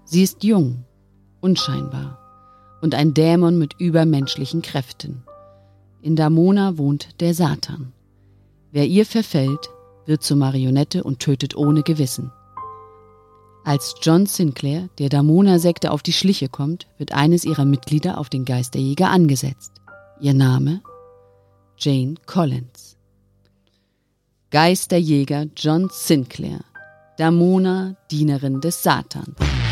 Sie ist jung, unscheinbar und ein Dämon mit übermenschlichen Kräften. In Damona wohnt der Satan. Wer ihr verfällt, wird zur Marionette und tötet ohne Gewissen. Als John Sinclair der Damona-Sekte auf die Schliche kommt, wird eines ihrer Mitglieder auf den Geisterjäger angesetzt. Ihr Name? Jane Collins. Geisterjäger John Sinclair, Damona, Dienerin des Satans.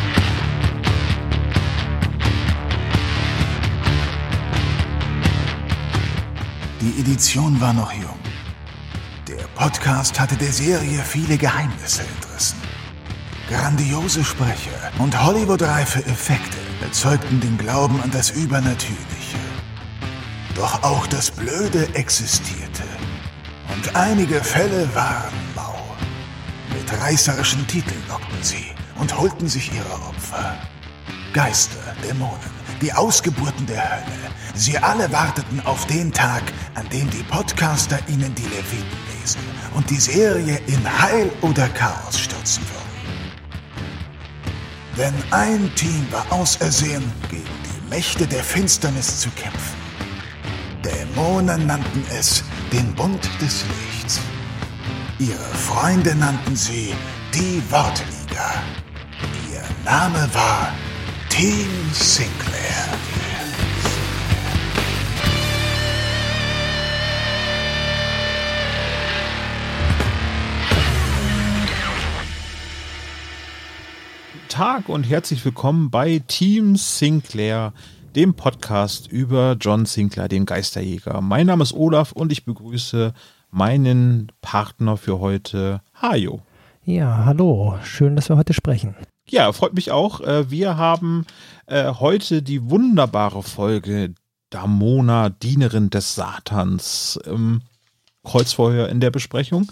Die Edition war noch jung. Der Podcast hatte der Serie viele Geheimnisse entrissen. Grandiose Sprecher und Hollywood-reife Effekte erzeugten den Glauben an das Übernatürliche. Doch auch das Blöde existierte. Und einige Fälle waren mau. Mit reißerischen Titeln lockten sie und holten sich ihre Opfer. Geister, Dämonen, die Ausgeburten der Hölle. Sie alle warteten auf den Tag, an dem die Podcaster ihnen die Leviten lesen und die Serie in Heil oder Chaos stürzen würden. Denn ein Team war ausersehen, gegen die Mächte der Finsternis zu kämpfen. Dämonen nannten es den Bund des Lichts. Ihre Freunde nannten sie die Wortliga. Ihr Name war Team Sinclair. Tag und herzlich willkommen bei Team Sinclair, dem Podcast über John Sinclair, den Geisterjäger. Mein Name ist Olaf und ich begrüße meinen Partner für heute, Hajo. Ja, hallo, schön, dass wir heute sprechen. Ja, freut mich auch. Wir haben heute die wunderbare Folge Damona, Dienerin des Satans, Kreuzfeuer in der Besprechung.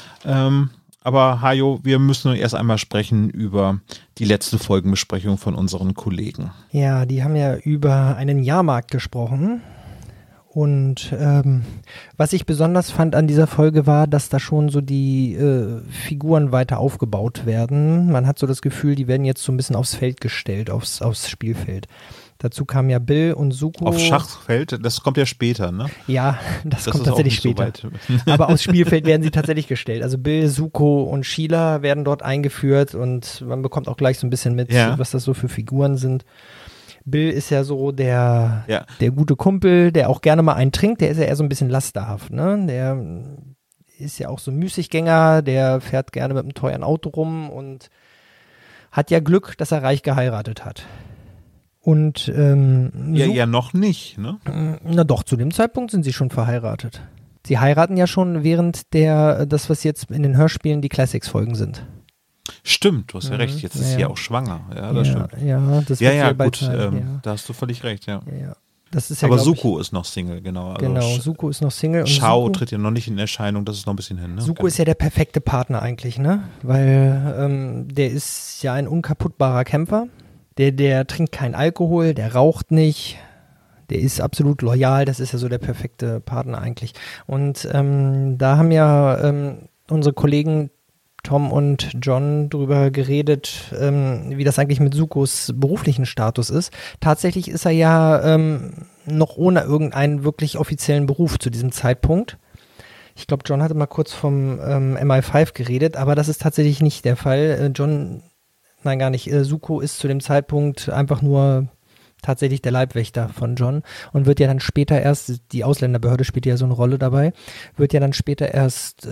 Aber Hajo, wir müssen nur erst einmal sprechen über die letzte Folgenbesprechung von unseren Kollegen. Ja, die haben ja über einen Jahrmarkt gesprochen. Und was ich besonders fand an dieser Folge war, dass da schon so die Figuren weiter aufgebaut werden. Man hat so das Gefühl, die werden jetzt so ein bisschen aufs Feld gestellt, aufs Spielfeld. Dazu kamen ja Bill und Zuko. Auf Schachfeld, das kommt ja später, ne? Ja, das kommt tatsächlich später. So aber aufs Spielfeld werden sie tatsächlich gestellt. Also Bill, Zuko und Sheila werden dort eingeführt und man bekommt auch gleich so ein bisschen mit, was das so für Figuren sind. Bill ist ja so der gute Kumpel, der auch gerne mal einen trinkt, der ist ja eher so ein bisschen lasterhaft, ne? Der ist ja auch so ein Müßiggänger, der fährt gerne mit einem teuren Auto rum und hat ja Glück, dass er reich geheiratet hat. Und ja, noch nicht, ne? Na doch, zu dem Zeitpunkt sind sie schon verheiratet. Sie heiraten ja schon während das, was jetzt in den Hörspielen die Classics-Folgen sind. Stimmt, du hast ja recht, jetzt ist sie ja auch schwanger. Ja, das stimmt. Ja, das wird ja, bald gut, sein, da hast du völlig recht, ja. Das ist ja, aber Zuko ist noch Single, genau. Also genau, Zuko ist noch Single. Und Shao tritt ja noch nicht in Erscheinung, das ist noch ein bisschen hin, ne? Zuko ist ja der perfekte Partner eigentlich, ne? Weil der ist ja ein unkaputtbarer Kämpfer. Der trinkt keinen Alkohol, der raucht nicht, der ist absolut loyal, das ist ja so der perfekte Partner eigentlich. Und da haben ja unsere Kollegen Tom und John drüber geredet, wie das eigentlich mit Zukos beruflichen Status ist. Tatsächlich ist er ja noch ohne irgendeinen wirklich offiziellen Beruf zu diesem Zeitpunkt. Ich glaube, John hatte mal kurz vom MI5 geredet, aber das ist tatsächlich nicht der Fall. Nein, gar nicht. Zuko ist zu dem Zeitpunkt einfach nur tatsächlich der Leibwächter von John und wird ja dann später erst, die Ausländerbehörde spielt ja so eine Rolle dabei, wird ja dann später erst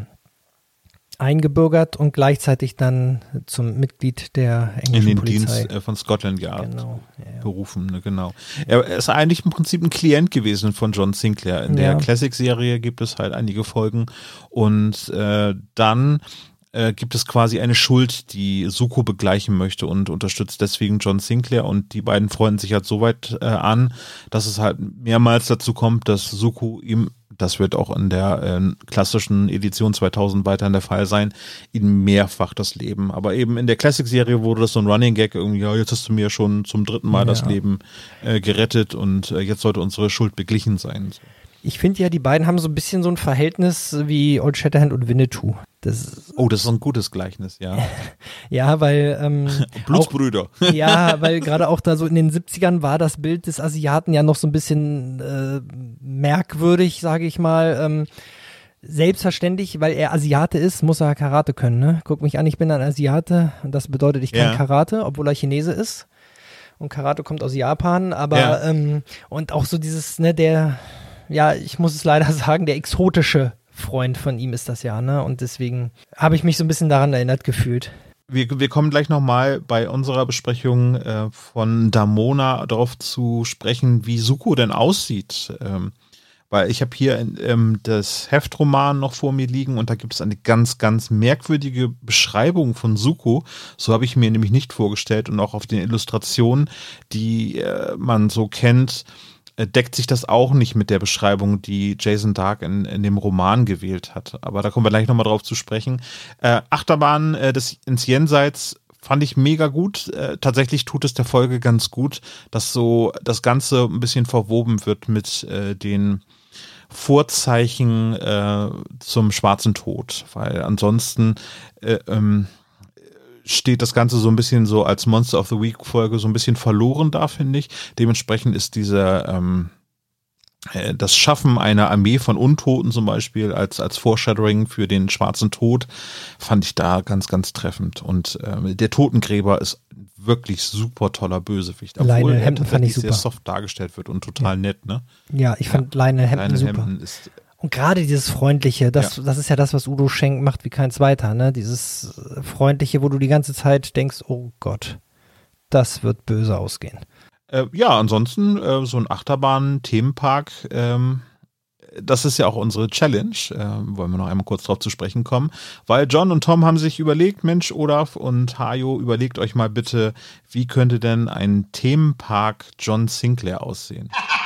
eingebürgert und gleichzeitig dann zum Mitglied der englischen Polizei. In den Dienst von Scotland Yard berufen, ne, genau. Ja. Er ist eigentlich im Prinzip ein Klient gewesen von John Sinclair. In der Classic-Serie gibt es halt einige Folgen und dann gibt es quasi eine Schuld, die Zuko begleichen möchte und unterstützt deswegen John Sinclair und die beiden freunden sich halt so weit an, dass es halt mehrmals dazu kommt, dass Zuko ihm, das wird auch in der klassischen Edition 2000 weiterhin der Fall sein, ihm mehrfach das Leben, aber eben in der Classic-Serie wurde das so ein Running Gag, irgendwie, ja, jetzt hast du mir schon zum 3. Mal das Leben gerettet und jetzt sollte unsere Schuld beglichen sein. Ich finde ja, die beiden haben so ein bisschen so ein Verhältnis wie Old Shatterhand und Winnetou. Das ist ein gutes Gleichnis, ja. Ja, weil Blutsbrüder. Ja, weil gerade auch da so in den 70ern war das Bild des Asiaten ja noch so ein bisschen merkwürdig, sage ich mal. Selbstverständlich, weil er Asiate ist, muss er Karate können. Ne? Guck mich an, ich bin ein Asiate und das bedeutet, ich kann Karate, obwohl er Chinese ist. Und Karate kommt aus Japan, aber und auch so dieses, ne, ich muss es leider sagen, der exotische Freund von ihm ist das ja, ne? Und deswegen habe ich mich so ein bisschen daran erinnert gefühlt. Wir kommen gleich nochmal bei unserer Besprechung von Damona darauf zu sprechen, wie Zuko denn aussieht. Weil ich habe hier das Heftroman noch vor mir liegen und da gibt es eine ganz, ganz merkwürdige Beschreibung von Zuko. So habe ich mir nämlich nicht vorgestellt und auch auf den Illustrationen, die man so kennt, deckt sich das auch nicht mit der Beschreibung, die Jason Dark in dem Roman gewählt hat. Aber da kommen wir gleich nochmal drauf zu sprechen. Achterbahn ins Jenseits fand ich mega gut. Tatsächlich tut es der Folge ganz gut, dass so das Ganze ein bisschen verwoben wird mit den Vorzeichen zum schwarzen Tod. Weil ansonsten steht das Ganze so ein bisschen so als Monster of the Week Folge so ein bisschen verloren da, finde ich. Dementsprechend ist das Schaffen einer Armee von Untoten zum Beispiel als Foreshadowing für den schwarzen Tod fand ich da ganz, ganz treffend. Und der Totengräber ist wirklich super toller Bösewicht. Obwohl Lionel Hampton fand ich super. Sehr soft dargestellt wird und total nett, ne? Ja, ich fand Lionel Hampton super. Und gerade dieses Freundliche, das ist ja das, was Udo Schenk macht wie kein zweiter, ne? Dieses Freundliche, wo du die ganze Zeit denkst, oh Gott, das wird böse ausgehen. Ansonsten so ein Achterbahn-Themenpark, das ist ja auch unsere Challenge, wollen wir noch einmal kurz drauf zu sprechen kommen, weil John und Tom haben sich überlegt, Mensch, Olaf und Hajo, überlegt euch mal bitte, wie könnte denn ein Themenpark John Sinclair aussehen?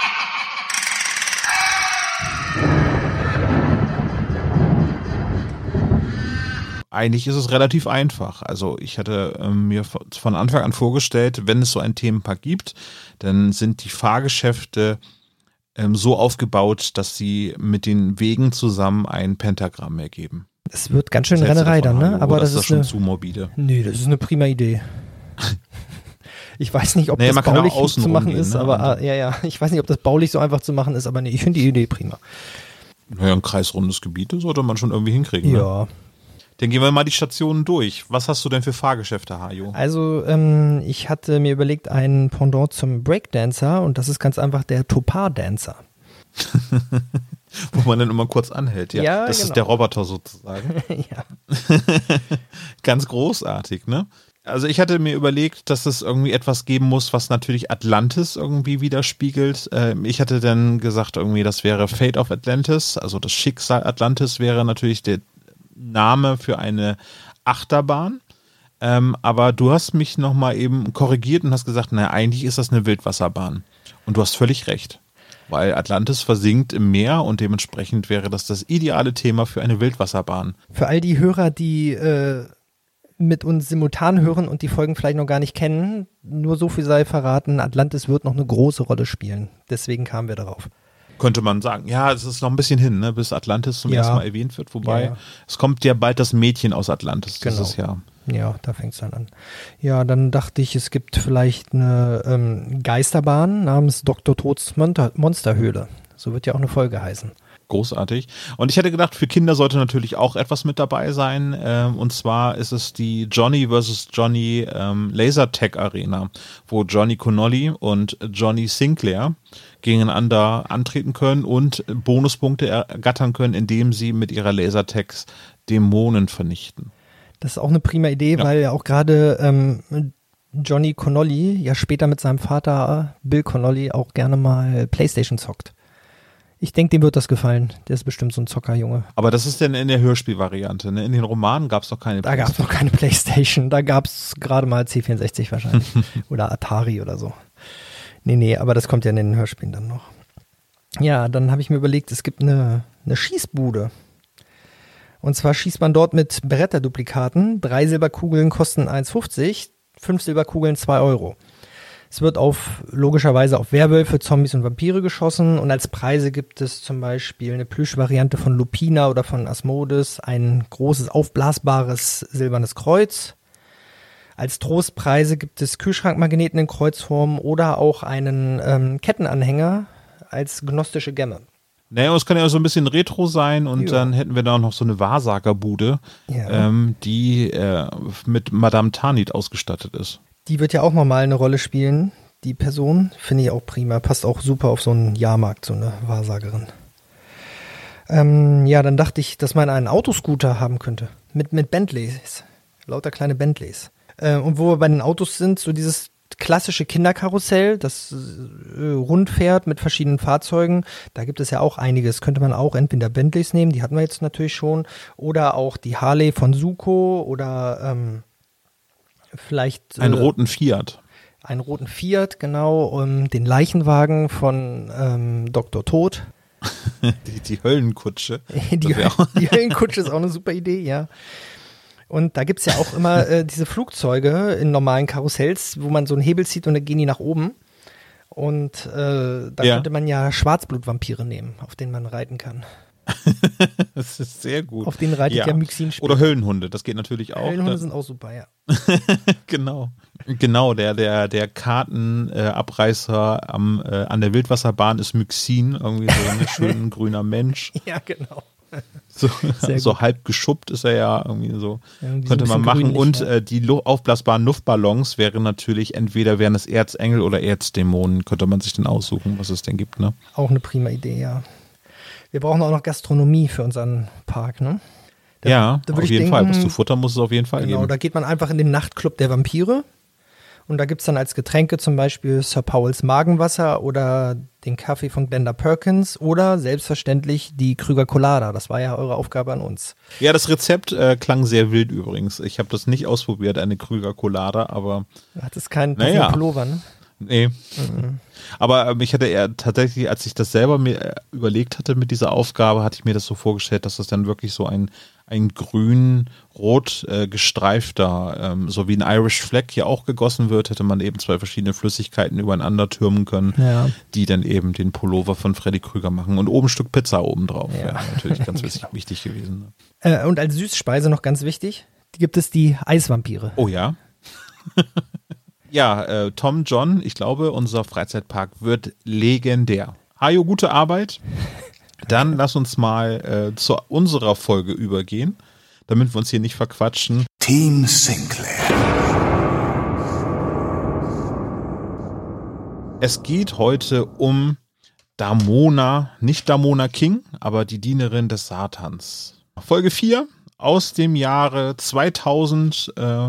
Eigentlich ist es relativ einfach. Also ich hatte mir von Anfang an vorgestellt, wenn es so einen Themenpark gibt, dann sind die Fahrgeschäfte so aufgebaut, dass sie mit den Wegen zusammen ein Pentagramm ergeben. Es wird ganz schön Rennerei dann, ne? Aber das ist schon zu morbide. Nee, das ist eine prima Idee. Ich weiß nicht, ob das baulich zu machen ist, aber ich weiß nicht, ob das baulich so einfach zu machen ist, aber nee, ich finde die Idee prima. Naja, ein kreisrundes Gebiet sollte man schon irgendwie hinkriegen. Ja. Ne? Dann gehen wir mal die Stationen durch. Was hast du denn für Fahrgeschäfte, Hajo? Also ich hatte mir überlegt, ein Pendant zum Breakdancer und das ist ganz einfach der Topar-Dancer. Wo man dann immer kurz anhält, ja. Das ist der Roboter sozusagen. Ja. Ganz großartig, ne? Also ich hatte mir überlegt, dass es irgendwie etwas geben muss, was natürlich Atlantis irgendwie widerspiegelt. Ich hatte dann gesagt, irgendwie das wäre Fate of Atlantis, also das Schicksal Atlantis wäre natürlich der Name für eine Achterbahn. Aber du hast mich nochmal eben korrigiert und hast gesagt, naja, eigentlich ist das eine Wildwasserbahn. Und du hast völlig recht. Weil Atlantis versinkt im Meer und dementsprechend wäre das ideale Thema für eine Wildwasserbahn. Für all die Hörer, die mit uns simultan hören und die Folgen vielleicht noch gar nicht kennen, nur so viel sei verraten, Atlantis wird noch eine große Rolle spielen. Deswegen kamen wir darauf. Könnte man sagen. Ja, es ist noch ein bisschen hin, ne, bis Atlantis zum ersten Mal erwähnt wird. Wobei, es kommt ja bald das Mädchen aus Atlantis dieses Jahr. Ja, da fängt es dann an. Ja, dann dachte ich, es gibt vielleicht eine Geisterbahn namens Dr. Tods Monsterhöhle. So wird ja auch eine Folge heißen. Großartig. Und ich hätte gedacht, für Kinder sollte natürlich auch etwas mit dabei sein. Und zwar ist es die Johnny vs. Johnny Lasertag Arena, wo Johnny Connolly und Johnny Sinclair gegeneinander antreten können und Bonuspunkte ergattern können, indem sie mit ihrer Lasertags Dämonen vernichten. Das ist auch eine prima Idee, weil ja auch gerade Johnny Connolly ja später mit seinem Vater Bill Connolly auch gerne mal PlayStation zockt. Ich denke, dem wird das gefallen. Der ist bestimmt so ein Zockerjunge. Aber das ist denn in der Hörspielvariante, ne? In den Romanen gab es doch keine PlayStation. Da gab es noch keine PlayStation. Da gab es gerade mal C64 wahrscheinlich. Oder Atari oder so. Nee, aber das kommt ja in den Hörspielen dann noch. Ja, dann habe ich mir überlegt, es gibt eine Schießbude. Und zwar schießt man dort mit Beretta-Duplikaten. 3 Silberkugeln kosten 1,50, 5 Silberkugeln 2 Euro. Es wird logischerweise auf Werwölfe, Zombies und Vampire geschossen und als Preise gibt es zum Beispiel eine Plüschvariante von Lupina oder von Asmodes, ein großes aufblasbares silbernes Kreuz, Als Trostpreise gibt es Kühlschrankmagneten in Kreuzform oder auch einen Kettenanhänger als gnostische Gemme. Naja, es kann ja so ein bisschen Retro sein und Ja. dann hätten wir da auch noch so eine Wahrsagerbude, Ja. die mit Madame Tanit ausgestattet ist. Die wird ja auch nochmal eine Rolle spielen, die Person. Finde ich auch prima. Passt auch super auf so einen Jahrmarkt, so eine Wahrsagerin. Ja, dann dachte ich, dass man einen Autoscooter haben könnte. Mit Bentleys. Lauter kleine Bentleys. Und wo wir bei den Autos sind, so dieses klassische Kinderkarussell, das rund fährt mit verschiedenen Fahrzeugen. Da gibt es ja auch einiges. Könnte man auch entweder Bentleys nehmen, die hatten wir jetzt natürlich schon, oder auch die Harley von Suco oder vielleicht Einen roten Fiat. einen roten Fiat, genau, den Leichenwagen von Dr. Tod. Die Höllenkutsche. Die Höllenkutsche ist auch eine super Idee, ja. Und da gibt es ja auch immer diese Flugzeuge in normalen Karussells, wo man so einen Hebel zieht und dann gehen die nach oben. Und da könnte man ja Schwarzblutvampire nehmen, auf denen man reiten kann. Das ist sehr gut. Auf denen reitet ja Myxin Oder Höllenhunde, das geht natürlich auch. Höllenhunde sind auch super, ja. Genau, der Kartenabreißer an der Wildwasserbahn ist Myxin, irgendwie so ein schöner grüner Mensch. Ja, genau. So halb geschuppt ist er ja irgendwie so. Ja, irgendwie könnte so ein man bisschen machen. Und grünlich, die aufblasbaren Luftballons wären natürlich, entweder wären es Erzengel oder Erzdämonen, könnte man sich dann aussuchen, was es denn gibt, ne? Auch eine prima Idee, ja. Wir brauchen auch noch Gastronomie für unseren Park, ne? Da auf würde ich jeden Fall. denken, Was zu futtern muss es auf jeden Fall Genau, geben. da geht man einfach in den Nachtclub der Vampire. Und da gibt es dann als Getränke zum Beispiel Sir Pauls Magenwasser oder den Kaffee von Glenda Perkins oder selbstverständlich die Krüger Colada. Das war ja eure Aufgabe an uns. Ja, das Rezept klang sehr wild übrigens. Ich habe das nicht ausprobiert, eine Krüger Colada, aber Hat es keinen passenden Pullover, ne? nee. Aber ich hatte eher tatsächlich, als ich das selber mir überlegt hatte mit dieser Aufgabe, hatte ich mir das so vorgestellt, dass das dann wirklich so ein grün-rot gestreifter, so wie ein Irish Flag hier auch gegossen wird, hätte man eben zwei verschiedene Flüssigkeiten übereinander türmen können, Ja. die dann eben den Pullover von Freddy Krüger machen. Und oben ein Stück Pizza oben drauf. Ja. Wäre natürlich ganz wichtig gewesen. Und als Süßspeise noch ganz wichtig, gibt es die Eisvampire. Oh ja. Ja, Tom John, ich glaube, unser Freizeitpark wird legendär. Hajo, gute Arbeit. Dann lass uns mal zu unserer Folge übergehen, damit wir uns hier nicht verquatschen. Team Sinclair. Es geht heute um Damona, nicht Damona King, aber die Dienerin des Satans. Folge 4 aus dem Jahre 2000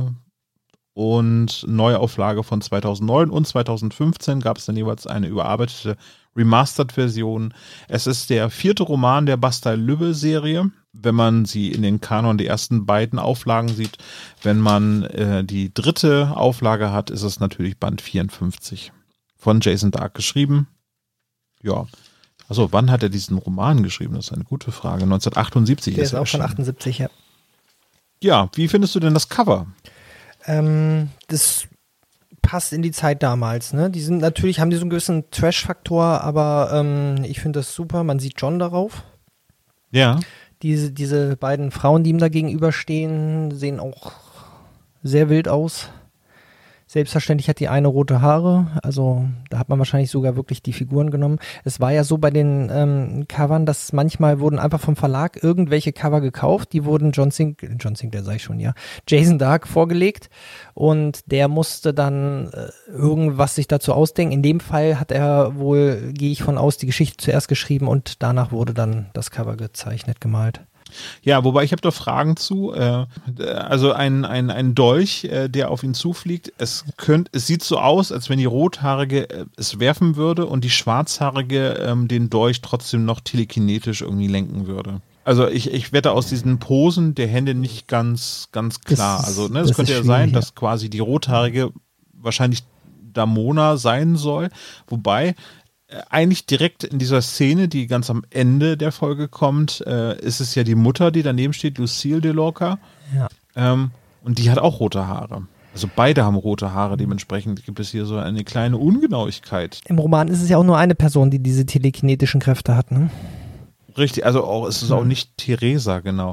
und Neuauflage von 2009 und 2015 gab es dann jeweils eine überarbeitete Remastered-Version. Es ist der 4. Roman der Bastei-Lübbe-Serie, wenn man sie in den Kanon der ersten beiden Auflagen sieht. Wenn man die 3. Auflage hat, ist es natürlich Band 54. Von Jason Dark geschrieben. Ja. Also wann hat er diesen Roman geschrieben? Das ist eine gute Frage. 1978 Der ist ist er auch von erschienen. 78, ja. Ja, wie findest du denn das Cover? Das passt in die Zeit damals, ne? Die sind natürlich, haben die so einen gewissen Trash-Faktor, aber ich finde das super. Man sieht John darauf. Ja. Diese beiden Frauen, die ihm da gegenüberstehen, sehen auch sehr wild aus. Selbstverständlich hat die eine rote Haare, also da hat man wahrscheinlich sogar wirklich die Figuren genommen. Es war ja so bei den Covern, dass manchmal wurden einfach vom Verlag irgendwelche Cover gekauft, die wurden John Sinclair sag ich schon, ja, Jason Dark vorgelegt und der musste dann irgendwas sich dazu ausdenken. In dem Fall hat er wohl, gehe ich von aus, die Geschichte zuerst geschrieben und danach wurde dann das Cover gezeichnet, gemalt. Ja, wobei ich habe da Fragen zu. Also ein Dolch, der auf ihn zufliegt. Es sieht so aus, als wenn die Rothaarige es werfen würde und die Schwarzhaarige den Dolch trotzdem noch telekinetisch irgendwie lenken würde. Also ich wette aus diesen Posen der Hände nicht ganz klar. Also es könnte ja sein, dass quasi die Rothaarige wahrscheinlich Damona sein soll. Wobei eigentlich direkt in dieser Szene, die ganz am Ende der Folge kommt, ist es ja die Mutter, die daneben steht, Lucille de Lorca. Ja. Und die hat auch rote Haare. Also beide haben rote Haare, dementsprechend gibt es hier so eine kleine Ungenauigkeit. Im Roman ist es ja auch nur eine Person, die diese telekinetischen Kräfte hat, ne? Richtig, also auch, es ist auch nicht Theresa, genau.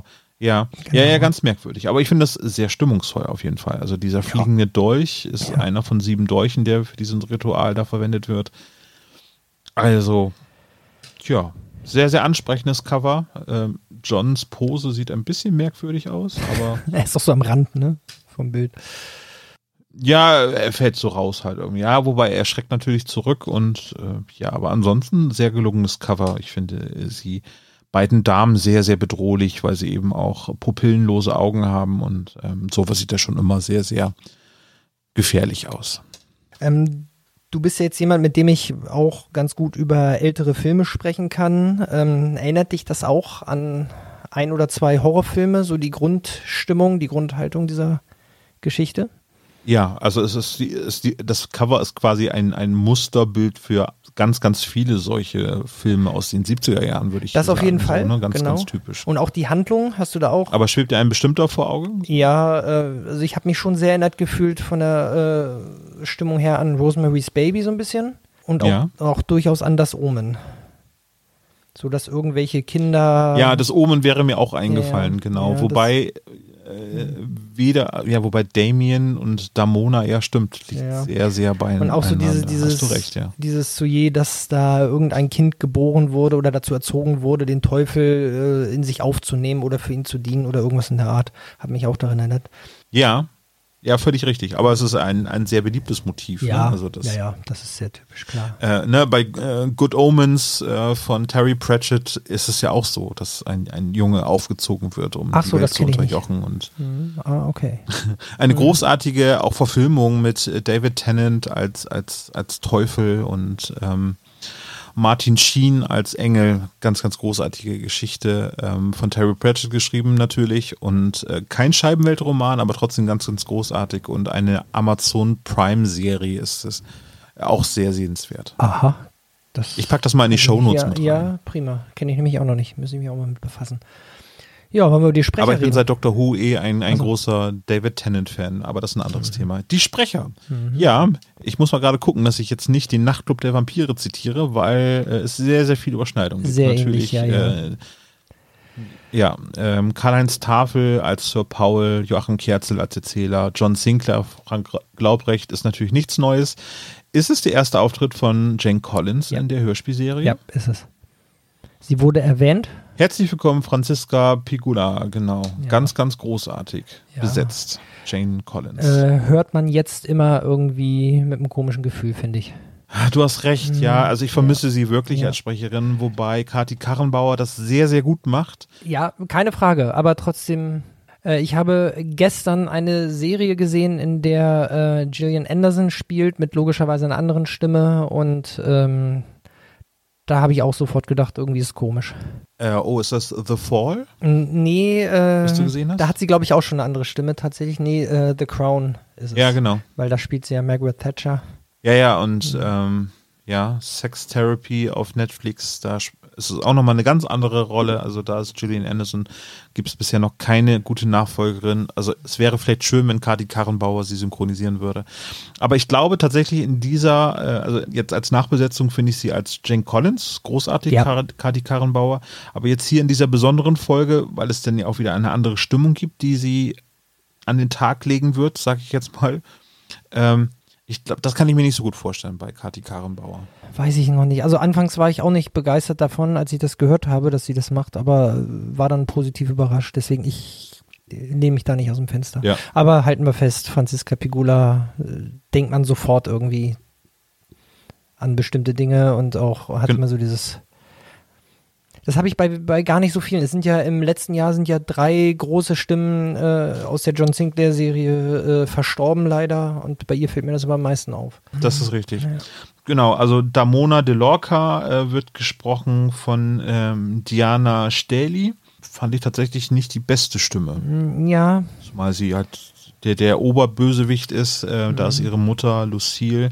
Ja, Genau. ja, ganz merkwürdig. Aber ich finde das sehr stimmungsvoll auf jeden Fall. Also dieser fliegende Dolch ist einer von 7 Dolchen, der für diesen Ritual da verwendet wird. Also, tja, sehr, sehr ansprechendes Cover. Johns Pose sieht ein bisschen merkwürdig aus, aber Er ist doch so am Rand, ne? Vom Bild. ja, er fällt so raus halt irgendwie. Ja, wobei er schreckt natürlich zurück und ja, aber ansonsten sehr gelungenes Cover. Ich finde sie beiden Damen sehr, sehr bedrohlich, weil sie eben auch pupillenlose Augen haben und sowas sieht ja schon immer sehr, sehr gefährlich aus. Du bist ja jetzt jemand, mit dem ich auch ganz gut über ältere Filme sprechen kann. Erinnert dich das auch an 1 oder 2 Horrorfilme, so die Grundstimmung, die Grundhaltung dieser Geschichte? Ja, also es ist das Cover ist quasi ein Musterbild für ganz, ganz viele solche Filme aus den 70er Jahren, würde ich sagen. Das auf jeden Fall, so, ne? Ganz, genau. ganz typisch. Und auch die Handlung, hast du da auch? Aber schwebt dir ein bestimmter vor Augen? Ja, also ich habe mich schon sehr erinnert gefühlt von der Stimmung her an Rosemary's Baby so ein bisschen. Und auch durchaus an Das Omen. So, dass irgendwelche Kinder... Ja, Das Omen wäre mir auch eingefallen, genau. Ja, wobei wobei Damien und Damona, ja stimmt, liegt sehr, sehr beieinander. Und auch so Hast du recht, ja. dieses Sujet, dass da irgendein Kind geboren wurde oder dazu erzogen wurde, den Teufel in sich aufzunehmen oder für ihn zu dienen oder irgendwas in der Art, hat mich auch daran erinnert. Ja, völlig richtig. Aber es ist ein sehr beliebtes Motiv. Ja, ne? Also das ist sehr typisch, klar. Bei Good Omens von Terry Pratchett ist es ja auch so, dass ein Junge aufgezogen wird, um die Welt zu unterjochen. Und okay. eine großartige auch Verfilmung mit David Tennant als Teufel und Martin Sheen als Engel, ganz, ganz großartige Geschichte, von Terry Pratchett geschrieben natürlich und kein Scheibenweltroman, aber trotzdem ganz, ganz großartig und eine Amazon Prime-Serie ist es auch sehr sehenswert. Aha. Ich packe das mal in die Shownotes mit rein. Ja, prima. Kenne ich nämlich auch noch nicht. Muss ich mich auch mal mit befassen. Ja, wollen wir über die Sprecher Aber ich bin reden? seit Doctor Who ein großer David Tennant-Fan, aber das ist ein anderes Thema. Die Sprecher. Ja, ich muss mal gerade gucken, dass ich jetzt nicht den Nachtclub der Vampire zitiere, weil es sehr, sehr viel Überschneidung gibt. Sehr natürlich, ähnlich, Karl-Heinz Tafel als Sir Paul, Joachim Kerzel als Erzähler, John Sinclair, Frank Glaubrecht ist natürlich nichts Neues. Ist es der erste Auftritt von Jane Collins in der Hörspielserie? Ja, ist es. Sie wurde erwähnt. Herzlich willkommen, Franziska Pigula, genau. Ja. Ganz, ganz großartig besetzt, Jane Collins. Hört man jetzt immer irgendwie mit einem komischen Gefühl, finde ich. Du hast recht, ja. Also ich vermisse sie wirklich als Sprecherin, wobei Kati Karrenbauer das sehr, sehr gut macht. Ja, keine Frage, aber trotzdem, ich habe gestern eine Serie gesehen, in der Gillian Anderson spielt, mit logischerweise einer anderen Stimme und da habe ich auch sofort gedacht, irgendwie ist es komisch. Ist das The Fall? Nee, was du gesehen hast? Da hat sie, glaube ich, auch schon eine andere Stimme tatsächlich. Nee, The Crown ist es. Ja, genau. Weil da spielt sie ja Margaret Thatcher. Ja, und Sex Therapy auf Netflix, da ist es auch nochmal eine ganz andere Rolle. Also da ist Gillian Anderson, gibt es bisher noch keine gute Nachfolgerin. Also es wäre vielleicht schön, wenn Kati Karrenbauer sie synchronisieren würde. Aber ich glaube tatsächlich in dieser, also jetzt als Nachbesetzung finde ich sie als Jane Collins großartig, Kati Karrenbauer. Aber jetzt hier in dieser besonderen Folge, weil es dann ja auch wieder eine andere Stimmung gibt, die sie an den Tag legen wird, sage ich jetzt mal. Ich glaube, das kann ich mir nicht so gut vorstellen bei Kati Karrenbauer. Weiß ich noch nicht. Also anfangs war ich auch nicht begeistert davon, als ich das gehört habe, dass sie das macht, aber war dann positiv überrascht. Deswegen, ich nehme mich da nicht aus dem Fenster. Ja. Aber halten wir fest, Franziska Pigula, denkt man sofort irgendwie an bestimmte Dinge und auch hat immer so dieses... Das habe ich bei gar nicht so vielen. Es sind ja im letzten Jahr 3 große Stimmen aus der John Sinclair-Serie verstorben leider und bei ihr fällt mir das aber am meisten auf. Das ist richtig. Ja. Genau, also Damona de Lorca wird gesprochen von Diana Stähli. Fand ich tatsächlich nicht die beste Stimme. Ja. Zumal sie halt der Oberbösewicht ist. Da ist ihre Mutter Lucille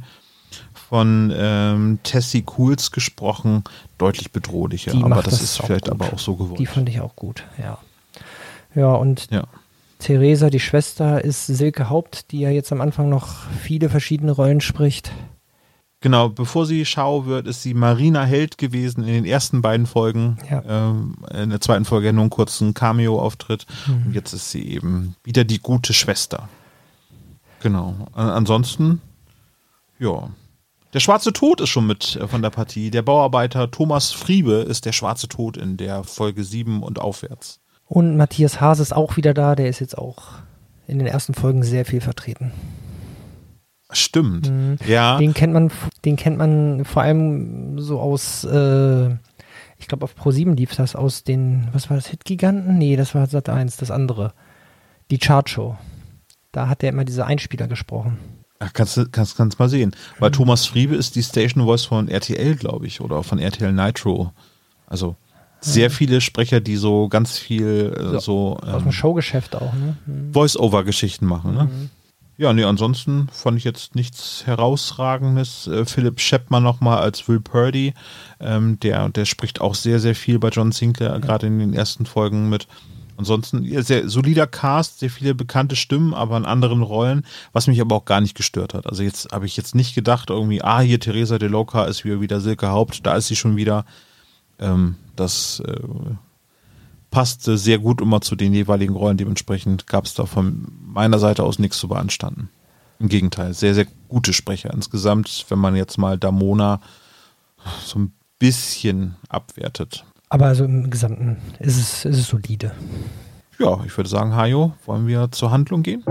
von Tessie Cools gesprochen, deutlich bedrohlicher, aber das ist vielleicht gut. Aber auch so gewollt. Die fand ich auch gut, ja. Ja, und Theresa, die Schwester, ist Silke Haupt, die ja jetzt am Anfang noch viele verschiedene Rollen spricht. Genau, bevor sie Shaw wird, ist sie Marina Held gewesen in den ersten beiden Folgen. Ja. In der zweiten Folge nur einen kurzen Cameo-Auftritt. Und jetzt ist sie eben wieder die gute Schwester. Genau. Ansonsten, ja. Der schwarze Tod ist schon mit von der Partie. Der Bauarbeiter Thomas Friebe ist der schwarze Tod in der Folge 7 und aufwärts. Und Matthias Haas ist auch wieder da. Der ist jetzt auch in den ersten Folgen sehr viel vertreten. Stimmt, ja. Den kennt man vor allem so aus, ich glaube auf Pro7 lief das aus den, was war das, Hitgiganten? Nee, das war Sat.1, das andere. Die Chartshow. Da hat er immer diese Einspieler gesprochen. Ach, kannst mal sehen. Weil Thomas Friebe ist die Station Voice von RTL, glaube ich, oder von RTL Nitro. Also sehr viele Sprecher, die so ganz viel aus dem Showgeschäft auch, ne? Voice-Over-Geschichten machen, ne? Ja, nee, ansonsten fand ich jetzt nichts Herausragendes. Philipp Scheppmann nochmal als Will Purdy, der spricht auch sehr, sehr viel bei John Sinclair, gerade in den ersten Folgen mit. Ansonsten sehr solider Cast, sehr viele bekannte Stimmen, aber in anderen Rollen, was mich aber auch gar nicht gestört hat. Also jetzt habe ich jetzt nicht gedacht, irgendwie, hier Theresa De Luca ist wieder Silke Haupt, da ist sie schon wieder. Das passte sehr gut immer zu den jeweiligen Rollen. Dementsprechend gab es da von meiner Seite aus nichts zu beanstanden. Im Gegenteil, sehr, sehr gute Sprecher. Insgesamt, wenn man jetzt mal Damona so ein bisschen abwertet. Aber also im Gesamten ist es solide. Ja, ich würde sagen, Hajo, wollen wir zur Handlung gehen?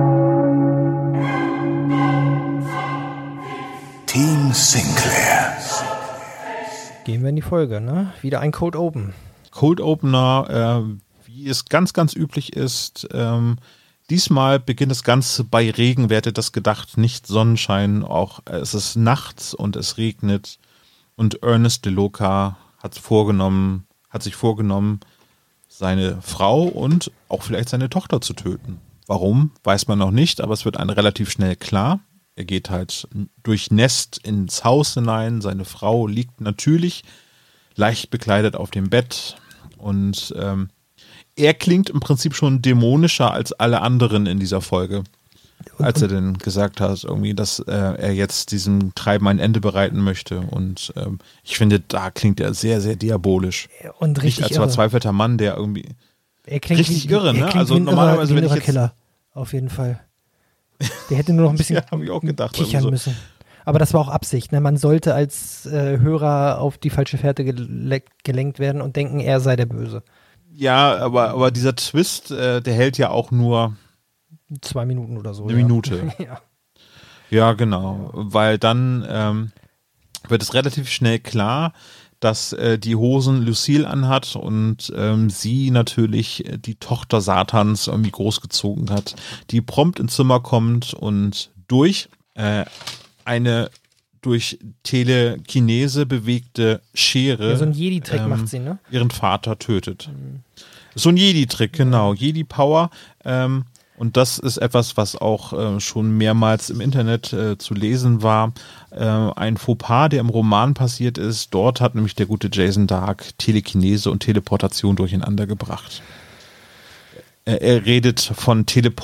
Team Sinclair. Gehen wir in die Folge, ne? Wieder ein Cold Open. Cold Opener, wie es ganz, ganz üblich ist. Diesmal beginnt das Ganze bei Regen. Wer hätte das gedacht? Nicht Sonnenschein. Auch es ist nachts und es regnet. Und Ernest De Luca hat sich vorgenommen, seine Frau und auch vielleicht seine Tochter zu töten. Warum, weiß man noch nicht, aber es wird einem relativ schnell klar. Er geht halt durchnässt ins Haus hinein. Seine Frau liegt natürlich leicht bekleidet auf dem Bett und er klingt im Prinzip schon dämonischer als alle anderen in dieser Folge, als er denn gesagt hat, irgendwie, dass er jetzt diesem Treiben ein Ende bereiten möchte und ich finde, da klingt er sehr, sehr diabolisch. Und richtig nicht als verzweifelter Mann, der irgendwie er klingt richtig irre, ne? Also normalerweise wenn ich jetzt Killer, auf jeden Fall. Der hätte nur noch ein bisschen ja, hab ich auch gedacht, kichern müssen. Aber das war auch Absicht. Ne? Man sollte als Hörer auf die falsche Fährte gelenkt werden und denken, er sei der Böse. Ja, aber dieser Twist, der hält ja auch nur 2 Minuten oder so. Eine Minute. Ja, genau. Weil dann wird es relativ schnell klar, dass die Hosen Lucille anhat und sie natürlich die Tochter Satans irgendwie großgezogen hat, die prompt ins Zimmer kommt und durch eine durch Telekinese bewegte Schere so ein Jedi-Trick macht sie, ne? Ihren Vater tötet. So ein Jedi-Trick, genau. Jedi-Power. Und das ist etwas, was auch schon mehrmals im Internet zu lesen war. Ein Fauxpas, der im Roman passiert ist. Dort hat nämlich der gute Jason Dark Telekinese und Teleportation durcheinander gebracht. Er redet von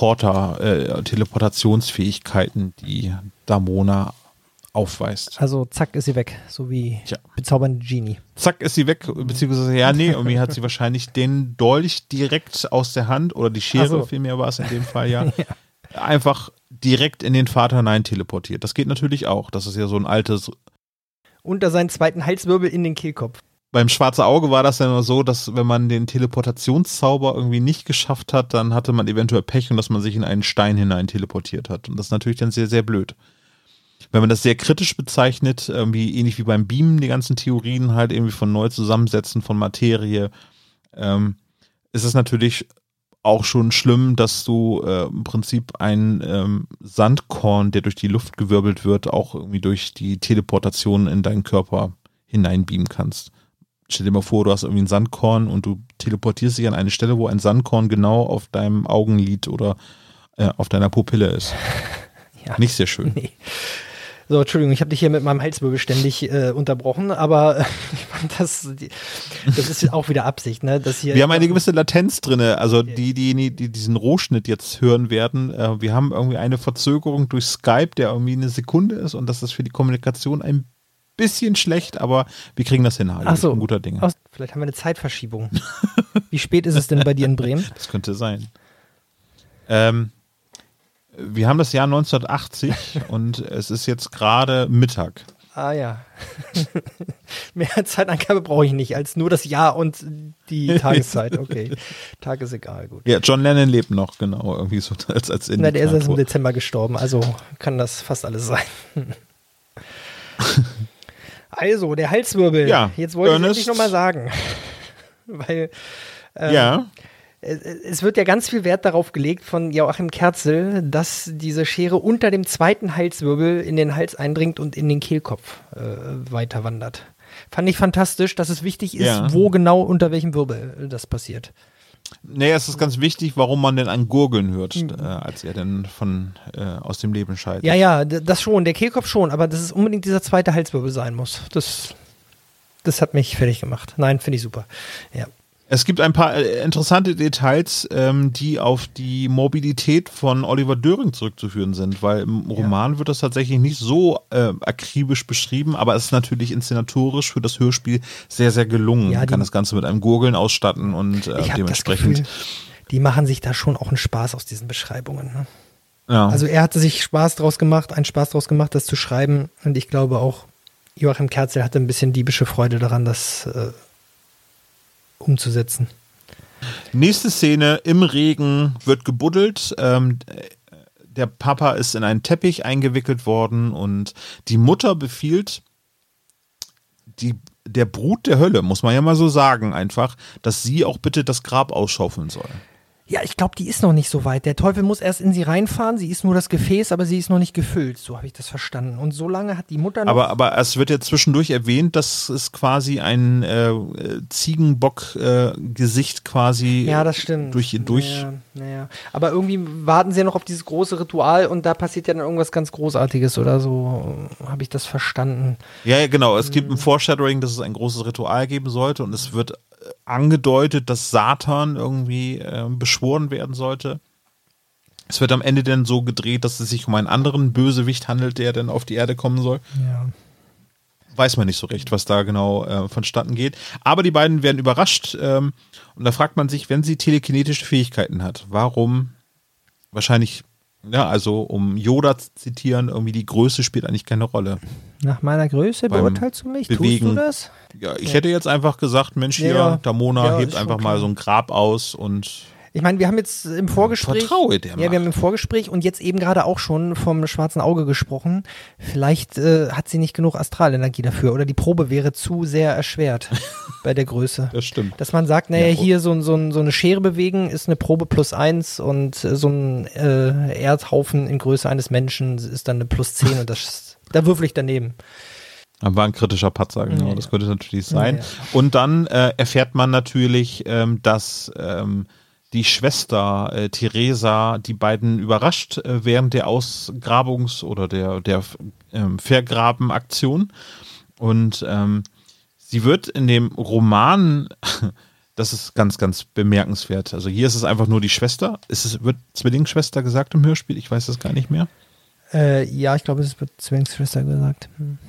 Teleportationsfähigkeiten, die Damona aufweist. Also zack ist sie weg, so wie bezaubernde Genie. Zack ist sie weg, beziehungsweise irgendwie hat sie wahrscheinlich den Dolch direkt aus der Hand oder die Schere, vielmehr war es in dem Fall einfach direkt in den Vater hinein teleportiert. Das geht natürlich auch, das ist ja so ein altes... Unter seinen zweiten Halswirbel in den Kehlkopf. Beim Schwarzen Auge war das ja nur so, dass wenn man den Teleportationszauber irgendwie nicht geschafft hat, dann hatte man eventuell Pech und dass man sich in einen Stein hinein teleportiert hat. Und das ist natürlich dann sehr, sehr blöd. Wenn man das sehr kritisch bezeichnet, irgendwie ähnlich wie beim Beamen, die ganzen Theorien halt irgendwie von Neuzusammensetzen von Materie, ist es natürlich auch schon schlimm, dass du im Prinzip ein Sandkorn, der durch die Luft gewirbelt wird, auch irgendwie durch die Teleportation in deinen Körper hineinbeamen kannst. Stell dir mal vor, du hast irgendwie ein Sandkorn und du teleportierst dich an eine Stelle, wo ein Sandkorn genau auf deinem Augenlid oder auf deiner Pupille ist. Ja. Nicht sehr schön. Nee. So, Entschuldigung, ich habe dich hier mit meinem Halswirbel ständig unterbrochen, aber ich fand das ist auch wieder Absicht, ne? Dass hier wir haben eine gewisse Latenz drin, also die diesen Rohschnitt jetzt hören werden, wir haben irgendwie eine Verzögerung durch Skype, der irgendwie eine Sekunde ist und das ist für die Kommunikation ein bisschen schlecht, aber wir kriegen das hin. Ach so. Ein guter Ding. Vielleicht haben wir eine Zeitverschiebung. Wie spät ist es denn bei dir in Bremen? Das könnte sein. Wir haben das Jahr 1980 und es ist jetzt gerade Mittag. Ah ja. Mehr Zeitangabe brauche ich nicht, als nur das Jahr und die Tageszeit. Okay. Tag ist egal, gut. Ja, John Lennon lebt noch, genau, irgendwie so als Indikator. Na, der ist erst im Dezember gestorben, also kann das fast alles sein. Also, der Halswirbel. Ja, jetzt wollte ich endlich nochmal sagen. Weil ja. Es wird ja ganz viel Wert darauf gelegt von Joachim Kerzel, dass diese Schere unter dem zweiten Halswirbel in den Hals eindringt und in den Kehlkopf weiter wandert. Fand ich fantastisch, dass es wichtig ist, wo genau unter welchem Wirbel das passiert. Naja, es ist ganz wichtig, warum man denn ein Gurgeln hört, als er dann aus dem Leben scheidet. Ja, das schon, der Kehlkopf schon, aber dass es unbedingt dieser zweite Halswirbel sein muss. Das hat mich fertig gemacht. Nein, finde ich super. Ja. Es gibt ein paar interessante Details, die auf die Morbidität von Oliver Döring zurückzuführen sind, weil im Roman wird das tatsächlich nicht so akribisch beschrieben, aber es ist natürlich inszenatorisch für das Hörspiel sehr, sehr gelungen. Man kann das Ganze mit einem Gurgeln ausstatten und dementsprechend. Das Gefühl, die machen sich da schon auch einen Spaß aus diesen Beschreibungen. Ne? Ja. Also er hatte sich einen Spaß draus gemacht, das zu schreiben, und ich glaube auch, Joachim Kerzel hatte ein bisschen diebische Freude daran, das umzusetzen. Nächste Szene, im Regen wird gebuddelt. Der Papa ist in einen Teppich eingewickelt worden und die Mutter befiehlt der Brut der Hölle, muss man ja mal so sagen, einfach, dass sie auch bitte das Grab ausschaufeln soll. Ja, ich glaube, die ist noch nicht so weit. Der Teufel muss erst in sie reinfahren. Sie ist nur das Gefäß, aber sie ist noch nicht gefüllt. So habe ich das verstanden. Und so lange hat die Mutter noch... Aber es wird ja zwischendurch erwähnt, dass es quasi ein Ziegenbock-Gesicht quasi ja, das stimmt. durch. Ja. Aber irgendwie warten sie ja noch auf dieses große Ritual und da passiert ja dann irgendwas ganz Großartiges oder so. Habe ich das verstanden. Ja, genau. Es gibt ein Foreshadowing, dass es ein großes Ritual geben sollte und es wird angedeutet, dass Satan irgendwie beschworen werden sollte. Es wird am Ende dann so gedreht, dass es sich um einen anderen Bösewicht handelt, der dann auf die Erde kommen soll. Ja. Weiß man nicht so recht, was da genau vonstatten geht. Aber die beiden werden überrascht und da fragt man sich, wenn sie telekinetische Fähigkeiten hat, warum wahrscheinlich, also um Yoda zu zitieren, irgendwie die Größe spielt eigentlich keine Rolle. Nach meiner Größe beurteilst du mich? Bewegen. Tust du das? Ja, ich hätte jetzt einfach gesagt, Mensch, hier, Damona hebt einfach mal so ein Grab aus und... Ich meine, wir haben jetzt im Vorgespräch... Vertraue der wir haben im Vorgespräch und jetzt eben gerade auch schon vom schwarzen Auge gesprochen. Vielleicht hat sie nicht genug Astralenergie dafür oder die Probe wäre zu sehr erschwert bei der Größe. Das stimmt. Dass man sagt, hier so eine Schere bewegen ist eine Probe +1 und so ein Erdhaufen in Größe eines Menschen ist dann eine +10 und da würfel ich daneben. War ein kritischer Patzer, genau. Das könnte natürlich sein. Und dann erfährt man natürlich, dass die Schwester Theresa die beiden überrascht während der Ausgrabungs- oder der Vergrabenaktion. Und sie wird in dem Roman, das ist ganz, ganz bemerkenswert. Also hier ist es einfach nur die Schwester. Wird Zwillingsschwester gesagt im Hörspiel? Ich weiß das gar nicht mehr. Ja, ich glaube, es wird Zwillingsschwester gesagt.